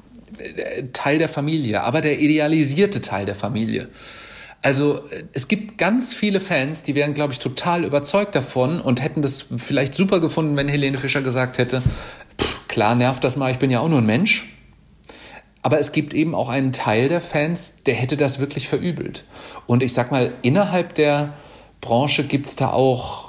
Teil der Familie, aber der idealisierte Teil der Familie. Also es gibt ganz viele Fans, die wären, glaube ich, total überzeugt davon und hätten das vielleicht super gefunden, wenn Helene Fischer gesagt hätte, klar nervt das mal, ich bin ja auch nur ein Mensch. Aber es gibt eben auch einen Teil der Fans, der hätte das wirklich verübelt. Und ich sag mal, innerhalb der Branche gibt's da auch,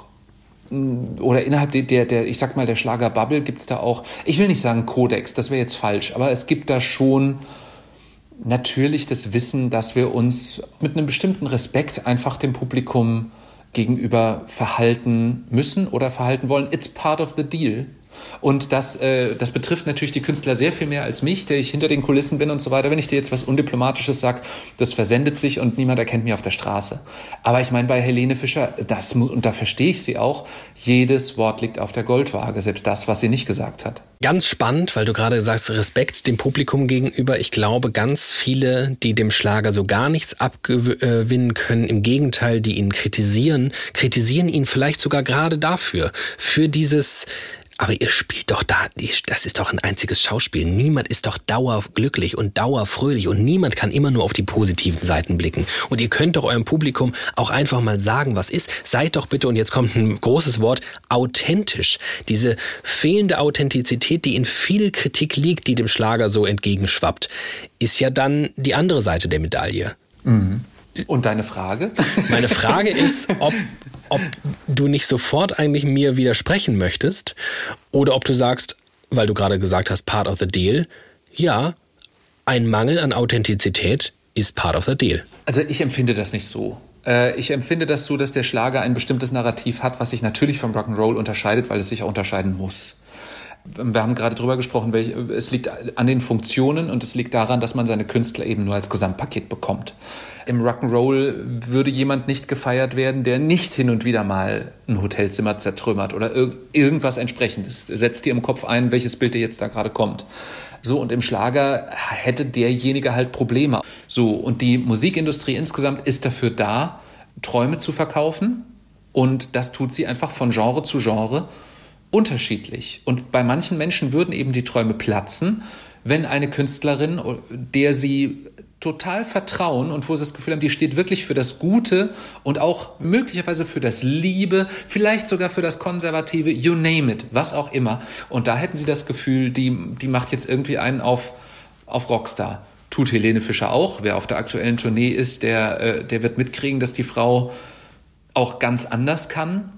oder innerhalb der ich sag mal, der Schlagerbubble gibt's da auch, ich will nicht sagen Kodex, das wäre jetzt falsch, aber es gibt da schon natürlich das Wissen, dass wir uns mit einem bestimmten Respekt einfach dem Publikum gegenüber verhalten müssen oder verhalten wollen. It's part of the deal. Und das betrifft natürlich die Künstler sehr viel mehr als mich, der ich hinter den Kulissen bin und so weiter. Wenn ich dir jetzt was Undiplomatisches sage, das versendet sich und niemand erkennt mich auf der Straße. Aber ich meine, bei Helene Fischer, und da verstehe ich sie auch, jedes Wort liegt auf der Goldwaage, selbst das, was sie nicht gesagt hat. Ganz spannend, weil du gerade sagst, Respekt dem Publikum gegenüber. Ich glaube, ganz viele, die dem Schlager so gar nichts abgewinnen können, im Gegenteil, die ihn kritisieren ihn vielleicht sogar gerade dafür, für dieses Aber ihr spielt doch da, das ist doch ein einziges Schauspiel. Niemand ist doch dauerglücklich und dauerfröhlich und niemand kann immer nur auf die positiven Seiten blicken. Und ihr könnt doch eurem Publikum auch einfach mal sagen, was ist. Seid doch bitte, und jetzt kommt ein großes Wort, authentisch. Diese fehlende Authentizität, die in viel Kritik liegt, die dem Schlager so entgegenschwappt, ist ja dann die andere Seite der Medaille. Mhm. Und deine Frage? Meine Frage ist, ob du nicht sofort eigentlich mir widersprechen möchtest oder ob du sagst, weil du gerade gesagt hast, part of the deal, ja, ein Mangel an Authentizität ist part of the deal. Also ich empfinde das nicht so. Ich empfinde das so, dass der Schlager ein bestimmtes Narrativ hat, was sich natürlich vom Rock'n'Roll unterscheidet, weil es sich auch unterscheiden muss. Wir haben gerade drüber gesprochen, es liegt an den Funktionen und es liegt daran, dass man seine Künstler eben nur als Gesamtpaket bekommt. Im Rock'n'Roll würde jemand nicht gefeiert werden, der nicht hin und wieder mal ein Hotelzimmer zertrümmert oder irgendwas Entsprechendes. Setzt dir im Kopf ein, welches Bild dir jetzt da gerade kommt. So, und im Schlager hätte derjenige halt Probleme. So, und die Musikindustrie insgesamt ist dafür da, Träume zu verkaufen, und das tut sie einfach von Genre zu Genre unterschiedlich. Und bei manchen Menschen würden eben die Träume platzen, wenn eine Künstlerin, der sie total vertrauen und wo sie das Gefühl haben, die steht wirklich für das Gute und auch möglicherweise für das Liebe, vielleicht sogar für das Konservative, you name it, was auch immer. Und da hätten sie das Gefühl, die macht jetzt irgendwie einen auf Rockstar. Tut Helene Fischer auch. Wer auf der aktuellen Tournee ist, der wird mitkriegen, dass die Frau auch ganz anders kann.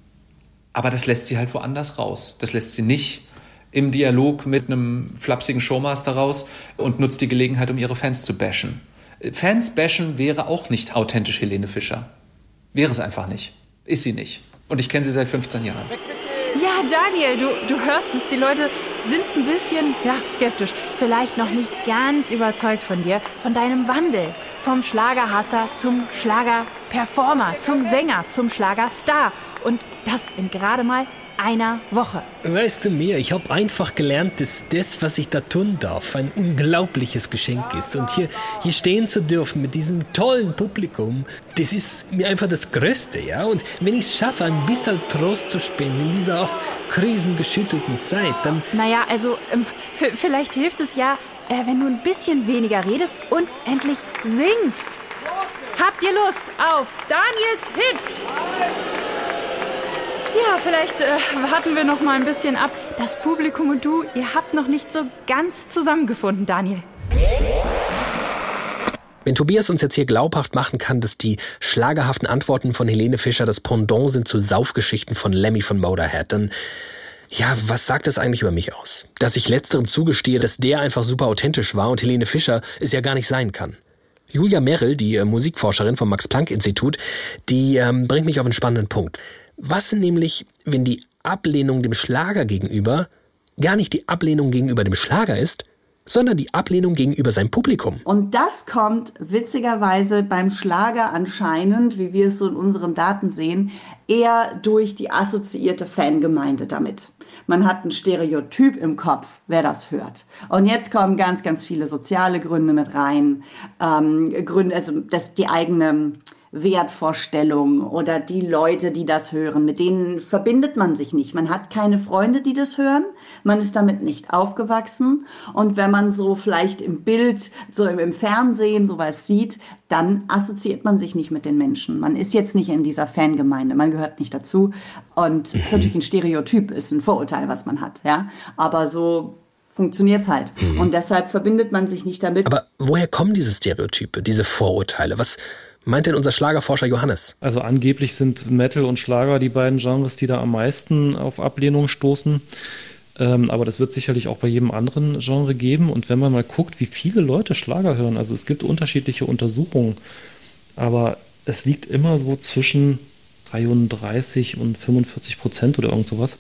Aber das lässt sie halt woanders raus. Das lässt sie nicht im Dialog mit einem flapsigen Showmaster raus und nutzt die Gelegenheit, um ihre Fans zu bashen. Fans bashen wäre auch nicht authentisch Helene Fischer. Wäre es einfach nicht. Ist sie nicht. Und ich kenne sie seit 15 Jahren. Ja, Daniel, du hörst es, die Leute sind ein bisschen, skeptisch. Vielleicht noch nicht ganz überzeugt von dir, von deinem Wandel. Vom Schlagerhasser zum Schlagerperformer, zum Sänger, zum Schlagerstar. Und das in gerade mal einer Woche. Weißt du mehr, ich habe einfach gelernt, dass das, was ich da tun darf, ein unglaubliches Geschenk ist. Und hier stehen zu dürfen mit diesem tollen Publikum, das ist mir einfach das Größte, ja. Und wenn ich es schaffe, ein bisschen Trost zu spenden in dieser auch krisengeschüttelten Zeit, dann... Naja, also vielleicht hilft es ja, wenn du ein bisschen weniger redest und endlich singst. Habt ihr Lust auf Daniels Hit? Ja, vielleicht warten wir noch mal ein bisschen ab. Das Publikum und du, ihr habt noch nicht so ganz zusammengefunden, Daniel. Wenn Tobias uns jetzt hier glaubhaft machen kann, dass die schlagerhaften Antworten von Helene Fischer das Pendant sind zu Saufgeschichten von Lemmy von Motorhead, dann... Ja, was sagt das eigentlich über mich aus? Dass ich letzterem zugestehe, dass der einfach super authentisch war und Helene Fischer es ja gar nicht sein kann. Julia Merrill, die Musikforscherin vom Max-Planck-Institut, die bringt mich auf einen spannenden Punkt. Was nämlich, wenn die Ablehnung dem Schlager gegenüber gar nicht die Ablehnung gegenüber dem Schlager ist, sondern die Ablehnung gegenüber seinem Publikum. Und das kommt witzigerweise beim Schlager anscheinend, wie wir es so in unseren Daten sehen, eher durch die assoziierte Fangemeinde damit. Man hat ein Stereotyp im Kopf, wer das hört. Und jetzt kommen ganz, ganz viele soziale Gründe mit rein. Gründe, also die eigene Wertvorstellung oder die Leute, die das hören, mit denen verbindet man sich nicht. Man hat keine Freunde, die das hören. Man ist damit nicht aufgewachsen. Und wenn man so vielleicht im Bild, so im Fernsehen sowas sieht, dann assoziiert man sich nicht mit den Menschen. Man ist jetzt nicht in dieser Fangemeinde. Man gehört nicht dazu. Und es ist natürlich ein Stereotyp, ist ein Vorurteil, was man hat. Ja? Aber so funktioniert's halt. Und deshalb verbindet man sich nicht damit. Aber woher kommen diese Stereotype, diese Vorurteile? Was meint denn unser Schlagerforscher Johannes? Also angeblich sind Metal und Schlager die beiden Genres, die da am meisten auf Ablehnung stoßen. Aber das wird sicherlich auch bei jedem anderen Genre geben. Und wenn man mal guckt, wie viele Leute Schlager hören, also es gibt unterschiedliche Untersuchungen, aber es liegt immer so zwischen 33 und 45% oder irgend sowas,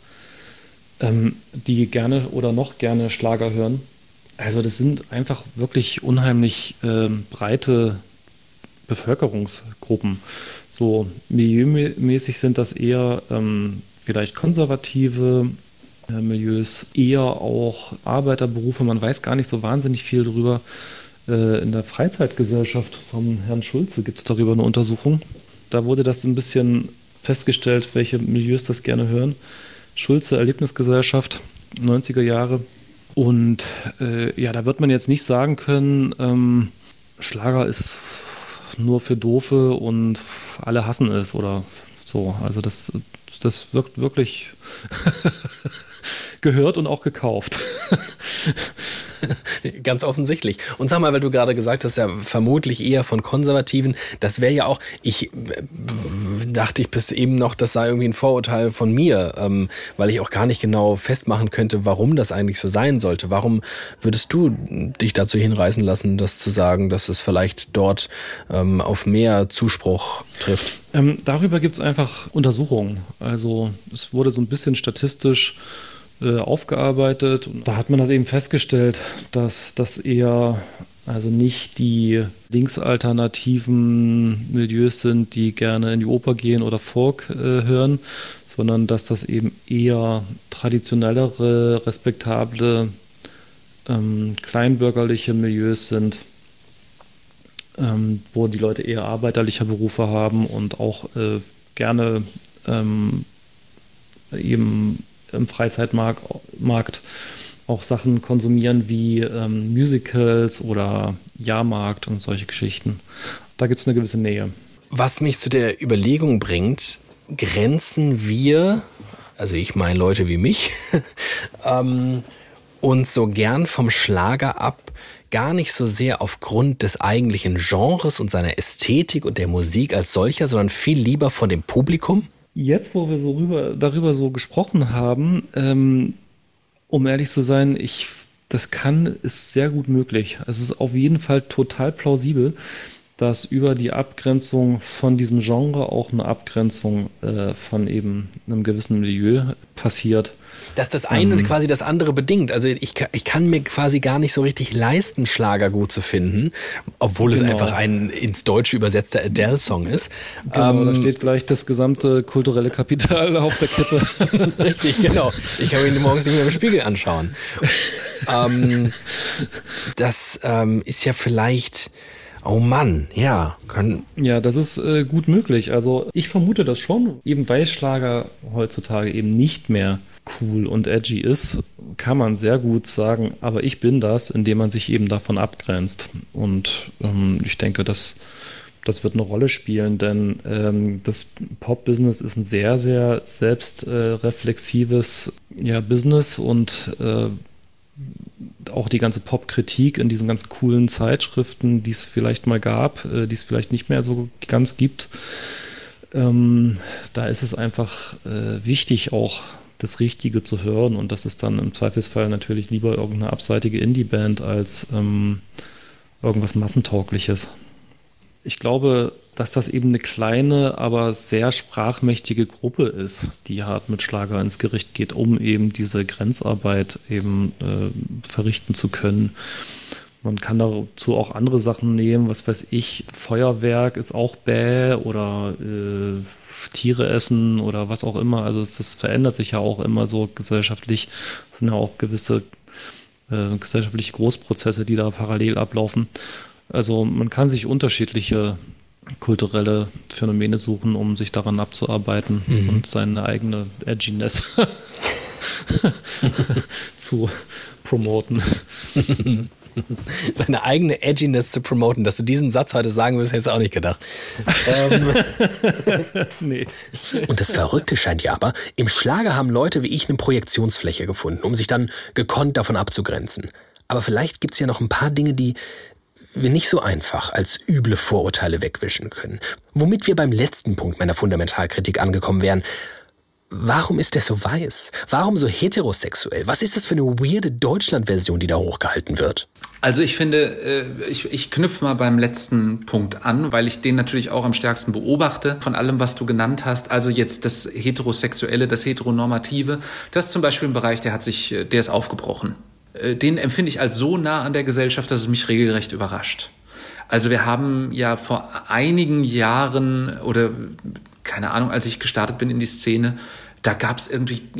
die gerne oder noch gerne Schlager hören. Also das sind einfach wirklich unheimlich breite Bevölkerungsgruppen. So milieumäßig sind das eher vielleicht konservative Milieus, eher auch Arbeiterberufe. Man weiß gar nicht so wahnsinnig viel darüber. In der Freizeitgesellschaft von Herrn Schulze gibt es darüber eine Untersuchung. Da wurde das ein bisschen festgestellt, welche Milieus das gerne hören. Schulze Erlebnisgesellschaft, 90er Jahre. Und da wird man jetzt nicht sagen können, Schlager ist nur für Doofe und alle hassen es oder so. Also das wirkt wirklich gehört und auch gekauft. Ganz offensichtlich. Und sag mal, weil du gerade gesagt hast, ja vermutlich eher von Konservativen, das wäre ja auch, ich dachte ich bis eben noch, das sei irgendwie ein Vorurteil von mir, weil ich auch gar nicht genau festmachen könnte, warum das eigentlich so sein sollte. Warum würdest du dich dazu hinreißen lassen, das zu sagen, dass es vielleicht dort auf mehr Zuspruch trifft? Darüber gibt es einfach Untersuchungen. Also es wurde so ein bisschen statistisch aufgearbeitet. Und da hat man das eben festgestellt, dass das eher also nicht die linksalternativen Milieus sind, die gerne in die Oper gehen oder Folk hören, sondern dass das eben eher traditionellere, respektable, kleinbürgerliche Milieus sind, wo die Leute eher arbeiterliche Berufe haben und auch gerne eben im Freizeitmarkt auch Sachen konsumieren wie Musicals oder Jahrmarkt und solche Geschichten. Da gibt es eine gewisse Nähe. Was mich zu der Überlegung bringt, grenzen wir, also ich meine Leute wie mich, uns so gern vom Schlager ab, gar nicht so sehr aufgrund des eigentlichen Genres und seiner Ästhetik und der Musik als solcher, sondern viel lieber von dem Publikum? Jetzt, wo wir darüber so gesprochen haben, um ehrlich zu sein, ist sehr gut möglich. Es ist auf jeden Fall total plausibel, dass über die Abgrenzung von diesem Genre auch eine Abgrenzung von eben einem gewissen Milieu passiert. Dass das eine quasi das andere bedingt. Also ich kann mir quasi gar nicht so richtig leisten, Schlager gut zu finden, obwohl es einfach ein ins Deutsche übersetzter Adele-Song ist. Genau, da steht gleich das gesamte kulturelle Kapital auf der Kippe. Richtig, genau. Ich habe ihn morgens nicht mehr im Spiegel anschauen. Das ist ja vielleicht... Oh Mann, ja. Ja, das ist gut möglich. Also ich vermute das schon. Eben weil Schlager heutzutage eben nicht mehr cool und edgy ist, kann man sehr gut sagen, aber ich bin das, indem man sich eben davon abgrenzt. Und ich denke, das wird eine Rolle spielen, denn das Pop-Business ist ein sehr, sehr selbstreflexives Business und auch die ganze Popkritik in diesen ganzen coolen Zeitschriften, die es vielleicht mal gab, die es vielleicht nicht mehr so ganz gibt, da ist es einfach wichtig, auch das Richtige zu hören, und das ist dann im Zweifelsfall natürlich lieber irgendeine abseitige Indie-Band als irgendwas Massentaugliches. Ich glaube, dass das eben eine kleine, aber sehr sprachmächtige Gruppe ist, die hart mit Schlager ins Gericht geht, um eben diese Grenzarbeit eben verrichten zu können. Man kann dazu auch andere Sachen nehmen, was weiß ich, Feuerwerk ist auch bäh oder Tiere essen oder was auch immer. Also das verändert sich ja auch immer so gesellschaftlich. Es sind ja auch gewisse gesellschaftliche Großprozesse, die da parallel ablaufen. Also man kann sich unterschiedliche kulturelle Phänomene suchen, um sich daran abzuarbeiten und seine eigene Edginess zu promoten. Seine eigene Edginess zu promoten. Dass du diesen Satz heute sagen wirst, hättest du auch nicht gedacht. Nee. Und das Verrückte scheint ja aber, im Schlager haben Leute wie ich eine Projektionsfläche gefunden, um sich dann gekonnt davon abzugrenzen. Aber vielleicht gibt es ja noch ein paar Dinge, die wir nicht so einfach als üble Vorurteile wegwischen können. Womit wir beim letzten Punkt meiner Fundamentalkritik angekommen wären. Warum ist der so weiß? Warum so heterosexuell? Was ist das für eine weirde Deutschland-Version, die da hochgehalten wird? Also ich finde, ich knüpfe mal beim letzten Punkt an, weil ich den natürlich auch am stärksten beobachte von allem, was du genannt hast. Also jetzt das Heterosexuelle, das Heteronormative, das ist zum Beispiel ein Bereich, der ist aufgebrochen. Den empfinde ich als so nah an der Gesellschaft, dass es mich regelrecht überrascht. Also wir haben ja vor einigen Jahren oder keine Ahnung, als ich gestartet bin in die Szene, Da gab es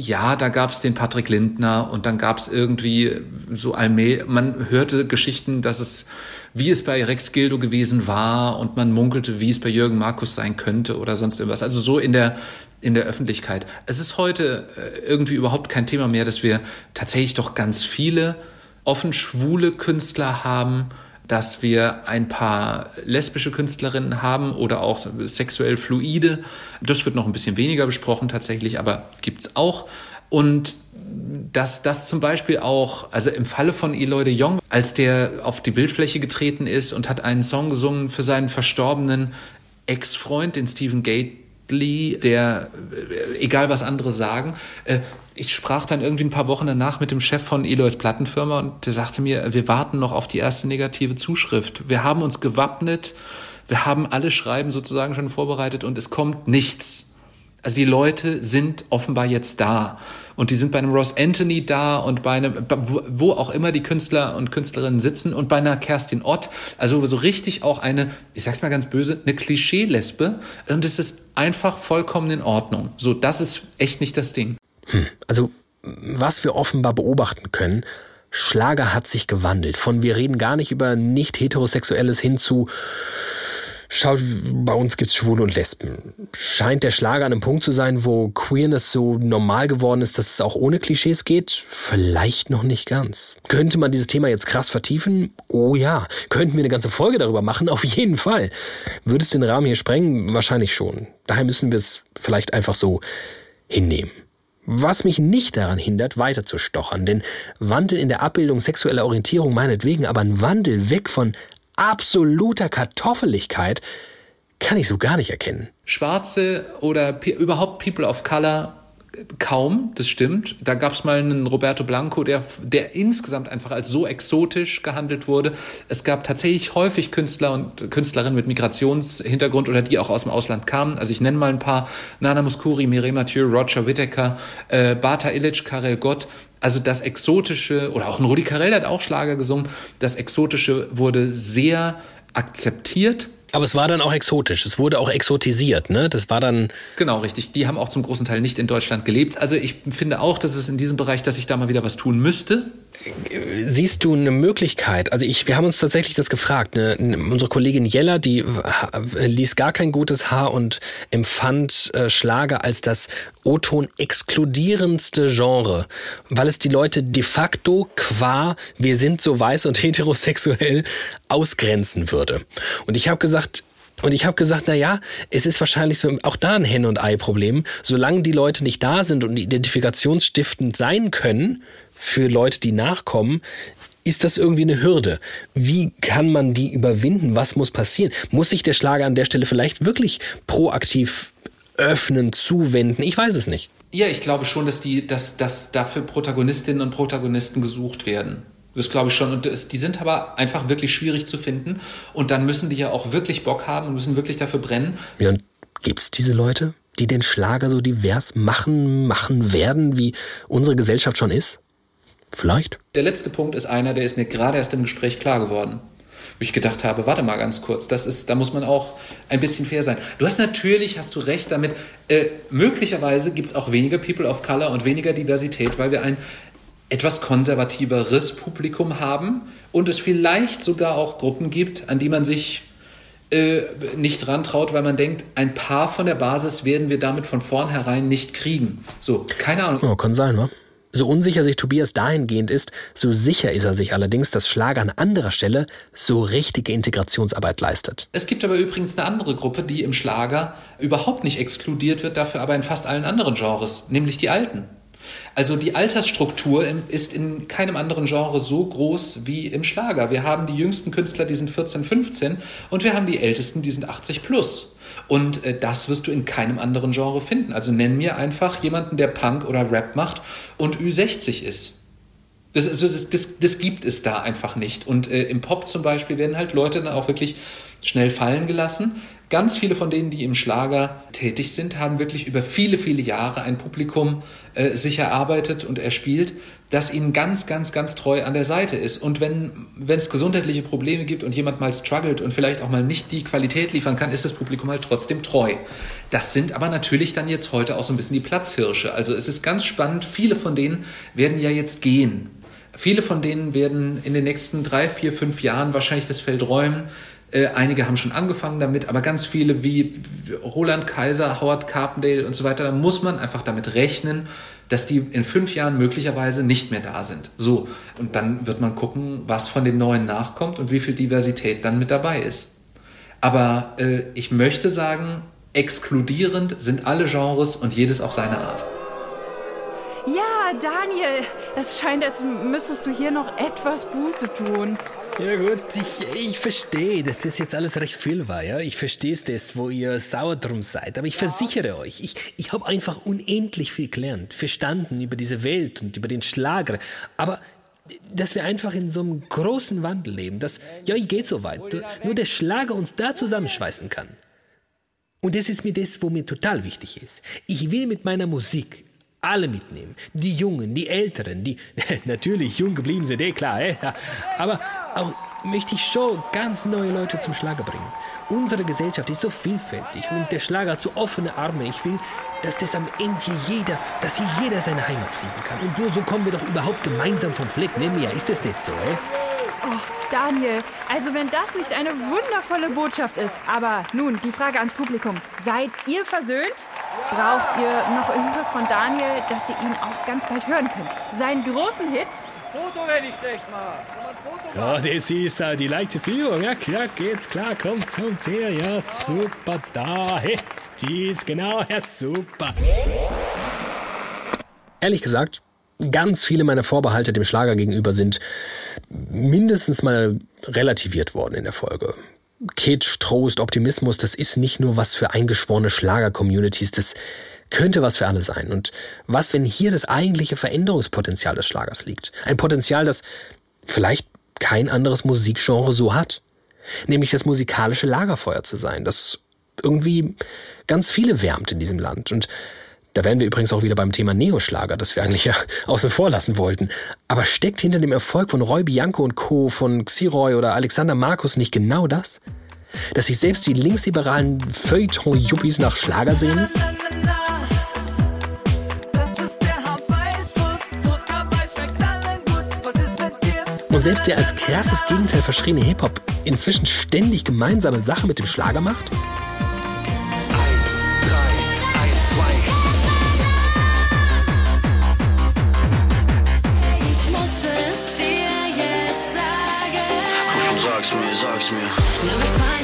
den Patrick Lindner und dann gab es irgendwie so man hörte Geschichten, wie es bei Rex Gildo gewesen war und man munkelte, wie es bei Jürgen Markus sein könnte oder sonst irgendwas. Also so in der Öffentlichkeit. Es ist heute irgendwie überhaupt kein Thema mehr, dass wir tatsächlich doch ganz viele offen schwule Künstler haben, dass wir ein paar lesbische Künstlerinnen haben oder auch sexuell fluide. Das wird noch ein bisschen weniger besprochen tatsächlich, aber gibt's auch. Und dass das zum Beispiel auch, also im Falle von Eloy de Jong, als der auf die Bildfläche getreten ist und hat einen Song gesungen für seinen verstorbenen Ex-Freund, den Stephen Gately, der, egal was andere sagen, ich sprach dann irgendwie ein paar Wochen danach mit dem Chef von Eloys Plattenfirma und der sagte mir, wir warten noch auf die erste negative Zuschrift. Wir haben uns gewappnet, wir haben alle Schreiben sozusagen schon vorbereitet und es kommt nichts. Also die Leute sind offenbar jetzt da und die sind bei einem Ross Anthony da und wo auch immer die Künstler und Künstlerinnen sitzen und bei einer Kerstin Ott, also so richtig auch eine, ich sag's mal ganz böse, eine Klischee-Lesbe und es ist einfach vollkommen in Ordnung. So, das ist echt nicht das Ding. Also, was wir offenbar beobachten können, Schlager hat sich gewandelt. Wir reden gar nicht über nicht-heterosexuelles hin zu, schaut, bei uns gibt's Schwule und Lesben. Scheint der Schlager an einem Punkt zu sein, wo Queerness so normal geworden ist, dass es auch ohne Klischees geht? Vielleicht noch nicht ganz. Könnte man dieses Thema jetzt krass vertiefen? Oh ja. Könnten wir eine ganze Folge darüber machen? Auf jeden Fall. Würde es den Rahmen hier sprengen? Wahrscheinlich schon. Daher müssen wir es vielleicht einfach so hinnehmen. Was mich nicht daran hindert, weiter zu stochern, denn Wandel in der Abbildung sexueller Orientierung meinetwegen, aber ein Wandel weg von absoluter Kartoffeligkeit kann ich so gar nicht erkennen. Schwarze oder überhaupt People of Color kaum, das stimmt. Da gab es mal einen Roberto Blanco, der insgesamt einfach als so exotisch gehandelt wurde. Es gab tatsächlich häufig Künstler und Künstlerinnen mit Migrationshintergrund oder die auch aus dem Ausland kamen. Also ich nenne mal ein paar: Nana Mouskouri, Mireille Mathieu, Roger Whittaker, Bata Illich, Karel Gott. Also das Exotische, oder auch ein Rudi Carrell hat auch Schlager gesungen, das Exotische wurde sehr akzeptiert. Aber es war dann auch exotisch, es wurde auch exotisiert, ne? Das war dann... Genau, richtig. Die haben auch zum großen Teil nicht in Deutschland gelebt. Also ich finde auch, dass es in diesem Bereich, dass ich da mal wieder was tun müsste. Siehst du eine Möglichkeit? Also wir haben uns tatsächlich das gefragt. Unsere Kollegin Jella, die ließ gar kein gutes Haar und empfand Schlager als das O-Ton exkludierendste Genre, weil es die Leute de facto qua wir sind so weiß und heterosexuell ausgrenzen würde. Und ich habe gesagt, naja, es ist wahrscheinlich so auch da ein Henne- und Ei-Problem. Solange die Leute nicht da sind und identifikationsstiftend sein können für Leute, die nachkommen, ist das irgendwie eine Hürde. Wie kann man die überwinden? Was muss passieren? Muss sich der Schlager an der Stelle vielleicht wirklich proaktiv öffnen, zuwenden? Ich weiß es nicht. Ja, ich glaube schon, dass dafür Protagonistinnen und Protagonisten gesucht werden. Das glaube ich schon. Und die sind aber einfach wirklich schwierig zu finden. Und dann müssen die ja auch wirklich Bock haben und müssen wirklich dafür brennen. Ja, und gibt's diese Leute, die den Schlager so divers machen werden, wie unsere Gesellschaft schon ist? Vielleicht. Der letzte Punkt ist einer, der ist mir gerade erst im Gespräch klar geworden. Wo ich gedacht habe, warte mal ganz kurz, da muss man auch ein bisschen fair sein. Hast du recht damit, möglicherweise gibt es auch weniger People of Color und weniger Diversität, weil wir ein etwas konservativeres Publikum haben und es vielleicht sogar auch Gruppen gibt, an die man sich nicht rantraut, weil man denkt, ein paar von der Basis werden wir damit von vornherein nicht kriegen. So, keine Ahnung. Oh, kann sein, wa? So unsicher sich Tobias dahingehend ist, so sicher ist er sich allerdings, dass Schlager an anderer Stelle so richtige Integrationsarbeit leistet. Es gibt aber übrigens eine andere Gruppe, die im Schlager überhaupt nicht exkludiert wird, dafür aber in fast allen anderen Genres, nämlich die Alten. Also die Altersstruktur ist in keinem anderen Genre so groß wie im Schlager. Wir haben die jüngsten Künstler, die sind 14, 15 und wir haben die ältesten, die sind 80 plus. Und das wirst du in keinem anderen Genre finden. Also nenn mir einfach jemanden, der Punk oder Rap macht und Ü60 ist. Das gibt es da einfach nicht. Und im Pop zum Beispiel werden halt Leute dann auch wirklich schnell fallen gelassen. ganz viele von denen, die im Schlager tätig sind, haben wirklich über viele, viele Jahre ein Publikum sich erarbeitet und erspielt, das ihnen ganz, ganz, ganz treu an der Seite ist. Und wenn es gesundheitliche Probleme gibt und jemand mal struggelt und vielleicht auch mal nicht die Qualität liefern kann, ist das Publikum halt trotzdem treu. Das sind aber natürlich dann jetzt heute auch so ein bisschen die Platzhirsche. Also es ist ganz spannend, viele von denen werden ja jetzt gehen. Viele von denen werden in den nächsten 3, 4, 5 Jahren wahrscheinlich das Feld räumen. Einige haben schon angefangen damit, aber ganz viele wie Roland Kaiser, Howard Carpendale und so weiter, da muss man einfach damit rechnen, dass die in 5 Jahren möglicherweise nicht mehr da sind. So, und dann wird man gucken, was von den Neuen nachkommt und wie viel Diversität dann mit dabei ist. Aber ich möchte sagen, exkludierend sind alle Genres und jedes auf seine Art. Ja, Daniel, es scheint, als müsstest du hier noch etwas Buße tun. Ja gut, ich verstehe, dass das jetzt alles recht viel war. Ja? Ich verstehe es, wo ihr sauer drum seid. Aber ich versichere euch, ich habe einfach unendlich viel gelernt, verstanden über diese Welt und über den Schlager. Aber dass wir einfach in so einem großen Wandel leben, dass, ja, ich geht so weit, nur der Schlager uns da zusammenschweißen kann. Und das ist mir das, wo mir total wichtig ist. Ich will mit meiner Musik alle mitnehmen. Die Jungen, die Älteren, die natürlich jung geblieben sind, klar. Aber auch möchte ich schon ganz neue Leute zum Schlager bringen. Unsere Gesellschaft ist so vielfältig und der Schlager hat so offene Arme. Ich will, dass das am Ende dass hier jeder seine Heimat finden kann. Und nur so kommen wir doch überhaupt gemeinsam vom Fleck. Ne, Mia, ist das nicht so, Oh, Daniel, also wenn das nicht eine wundervolle Botschaft ist. Aber nun, die Frage ans Publikum. Seid ihr versöhnt? Braucht ihr noch irgendwas von Daniel, dass ihr ihn auch ganz bald hören könnt? Seinen großen Hit? Foto, wenn ich schlecht mache. Ja, das ist die leichteste Übung. Ja, klar, geht's, klar, kommt her. Ja, super, da. Hey, tschüss, genau, ja, super. Ehrlich gesagt, ganz viele meiner Vorbehalte dem Schlager gegenüber sind mindestens mal relativiert worden in der Folge. Kitsch, Trost, Optimismus, das ist nicht nur was für eingeschworene Schlager-Communities, das könnte was für alle sein. Und was, wenn hier das eigentliche Veränderungspotenzial des Schlagers liegt? Ein Potenzial, das vielleicht kein anderes Musikgenre so hat. Nämlich das musikalische Lagerfeuer zu sein, das irgendwie ganz viele wärmt in diesem Land. Und da wären wir übrigens auch wieder beim Thema Neoschlager, das wir eigentlich ja außen vor lassen wollten. Aber steckt hinter dem Erfolg von Roy Bianco und Co., von Xiroy oder Alexander Markus nicht genau das? Dass sich selbst die linksliberalen Feuilleton-Yuppies nach Schlager sehnen? Und selbst der als krasses Gegenteil verschriene Hip-Hop inzwischen ständig gemeinsame Sache mit dem Schlager macht? Sag's mir. Liebe zwei,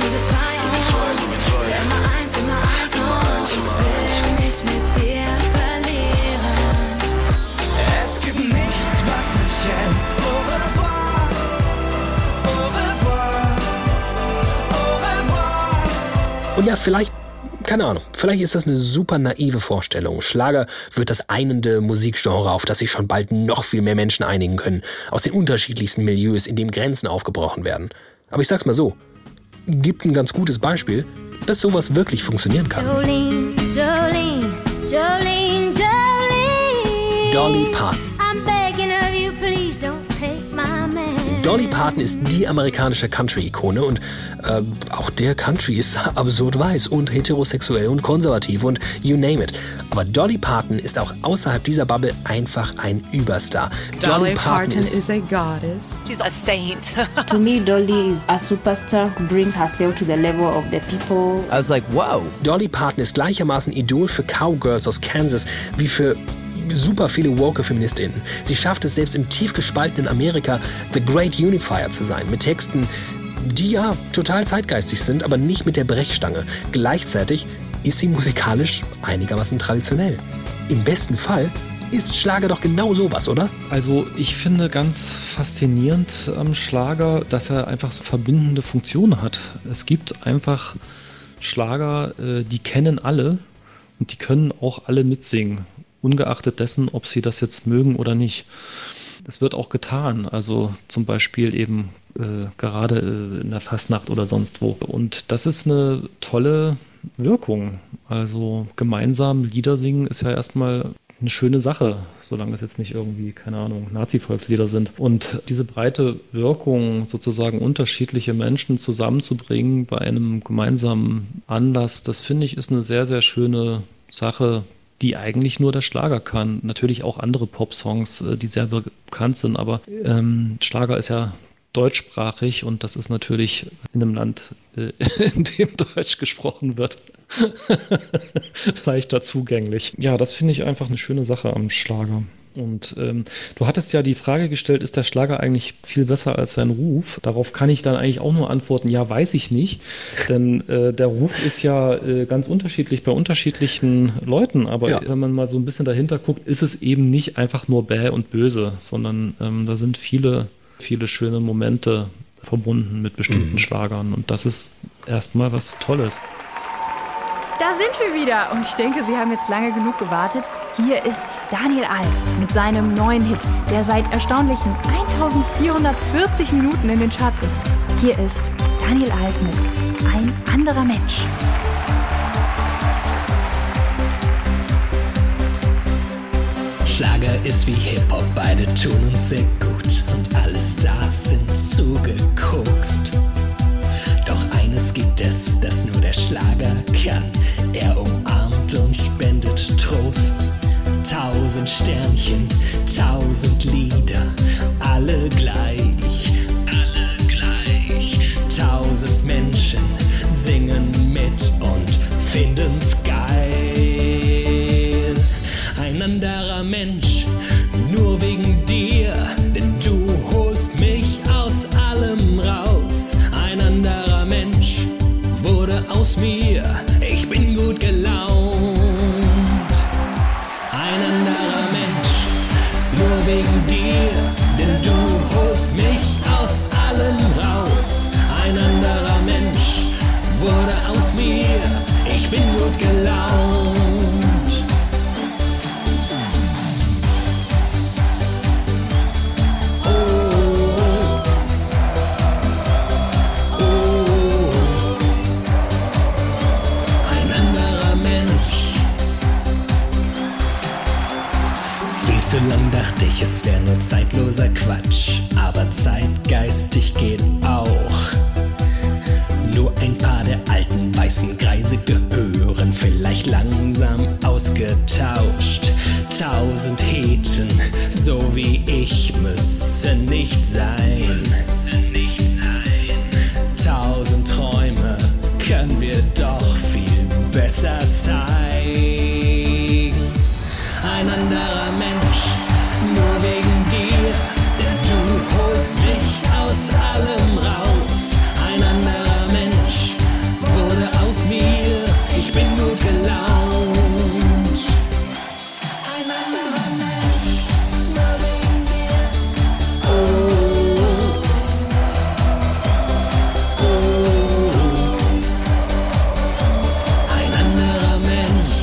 immer eins, ich will mich mit dir verlieren. Es gibt nichts, was mich hält. Au revoir, au revoir, au revoir. Und ja, vielleicht, keine Ahnung, vielleicht ist das eine super naive Vorstellung. Schlager wird das einende Musikgenre, auf das sich schon bald noch viel mehr Menschen einigen können, aus den unterschiedlichsten Milieus, in dem Grenzen aufgebrochen werden. Aber ich sag's mal so, gibt ein ganz gutes Beispiel, dass sowas wirklich funktionieren kann. Jolene, Jolene, Jolene, Jolene. Dolly Parton. I'm begging of you, please don't take my man. Dolly Parton ist die amerikanische Country-Ikone und auch der Country ist absurd weiß und heterosexuell und konservativ und you name it. Aber Dolly Parton ist auch außerhalb dieser Bubble einfach ein Überstar. Dolly Parton is a goddess. She's a saint. To me, Dolly is a superstar who brings herself to the level of the people. I was like, wow. Dolly Parton ist gleichermaßen Idol für Cowgirls aus Kansas wie für super viele woke Feministinnen. Sie schafft es selbst im tief gespaltenen Amerika, The Great Unifier zu sein, mit Texten, die ja total zeitgeistig sind, aber nicht mit der Brechstange. Gleichzeitig ist sie musikalisch einigermaßen traditionell. Im besten Fall ist Schlager doch genau sowas, oder? Also ich finde ganz faszinierend am Schlager, dass er einfach so verbindende Funktionen hat. Es gibt einfach Schlager, die kennen alle und die können auch alle mitsingen. Ungeachtet dessen, ob sie das jetzt mögen oder nicht. Das wird auch getan. Also zum Beispiel eben gerade in der Fastnacht oder sonst wo. Und das ist eine tolle Wirkung. Also gemeinsam Lieder singen ist ja erstmal eine schöne Sache, solange es jetzt nicht irgendwie, keine Ahnung, Nazi-Volkslieder sind. Und diese breite Wirkung, sozusagen unterschiedliche Menschen zusammenzubringen bei einem gemeinsamen Anlass, das finde ich ist eine sehr, sehr schöne Sache, die eigentlich nur der Schlager kann. Natürlich auch andere Popsongs, die sehr bekannt sind, aber Schlager ist ja deutschsprachig und das ist natürlich in einem Land, in dem Deutsch gesprochen wird, leichter zugänglich. Ja, das finde ich einfach eine schöne Sache am Schlager. Und du hattest ja die Frage gestellt, ist der Schlager eigentlich viel besser als sein Ruf? Darauf kann ich dann eigentlich auch nur antworten, ja, weiß ich nicht. Denn der Ruf ist ja ganz unterschiedlich bei unterschiedlichen Leuten. Aber wenn man mal so ein bisschen dahinter guckt, ist es eben nicht einfach nur bäh und böse, sondern da sind viele schöne Momente verbunden mit bestimmten Schlagern. Und das ist erstmal was Tolles. Da sind wir wieder und ich denke, Sie haben jetzt lange genug gewartet. Hier ist Daniel Alf mit seinem neuen Hit, der seit erstaunlichen 1440 Minuten in den Charts ist. Hier ist Daniel Alf mit Ein anderer Mensch. Schlager ist wie Hip-Hop, beide tun uns sehr gut und alle Stars sind zugekokst. Doch eines gibt es, das nur der Schlager kann. Er umarmt und spendet Trost. 1000 Sternchen, 1000 Lieder, alle gleich, alle gleich. 1000 Menschen singen mit und finden's geil. Ein anderer Mensch, nur wegen dir, denn du holst mich aus allem raus. Ein anderer Mensch wurde aus mir, ich bin gut gelaunt. Ein anderer Mensch, nur wegen dir, denn du holst mich aus allem raus. Ein anderer Mensch wurde aus mir, ich bin gut gelaunt. Zu lang dachte ich, es wäre nur zeitloser Quatsch, aber zeitgeistig geht auch. Nur ein paar der alten weißen Greise gehören vielleicht langsam ausgetauscht. 1000 Heten, so wie ich, müssen nicht sein. 1000 Träume können wir doch viel besser zeigen. Ein anderer Mensch, nur wegen dir, denn du holst mich aus allem raus. Ein anderer Mensch wurde aus mir, ich bin gut gelaunt. Ein anderer Mensch, nur wegen dir. Ein anderer Mensch.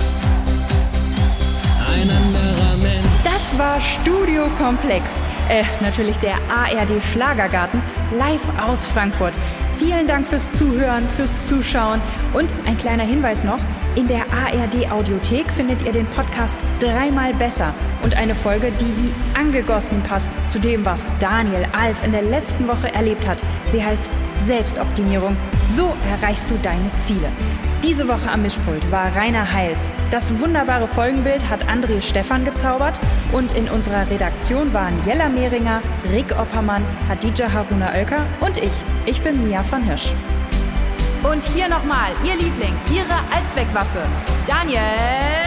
Das war Studio Komplex. Natürlich der ARD Schlagergarten, live aus Frankfurt. Vielen Dank fürs Zuhören, fürs Zuschauen und ein kleiner Hinweis noch. In der ARD Audiothek findet ihr den Podcast dreimal besser und eine Folge, die wie angegossen passt zu dem, was Daniel Alf in der letzten Woche erlebt hat. Sie heißt Selbstoptimierung. So erreichst du deine Ziele. Diese Woche am Mischpult war Rainer Heils. Das wunderbare Folgenbild hat André Stephan gezaubert und in unserer Redaktion waren Jella Mehringer, Rick Oppermann, Hadija Haruna Oelker und ich. Ich bin Mia von Hirsch. Und hier nochmal Ihr Liebling, Ihre Allzweckwaffe, Daniel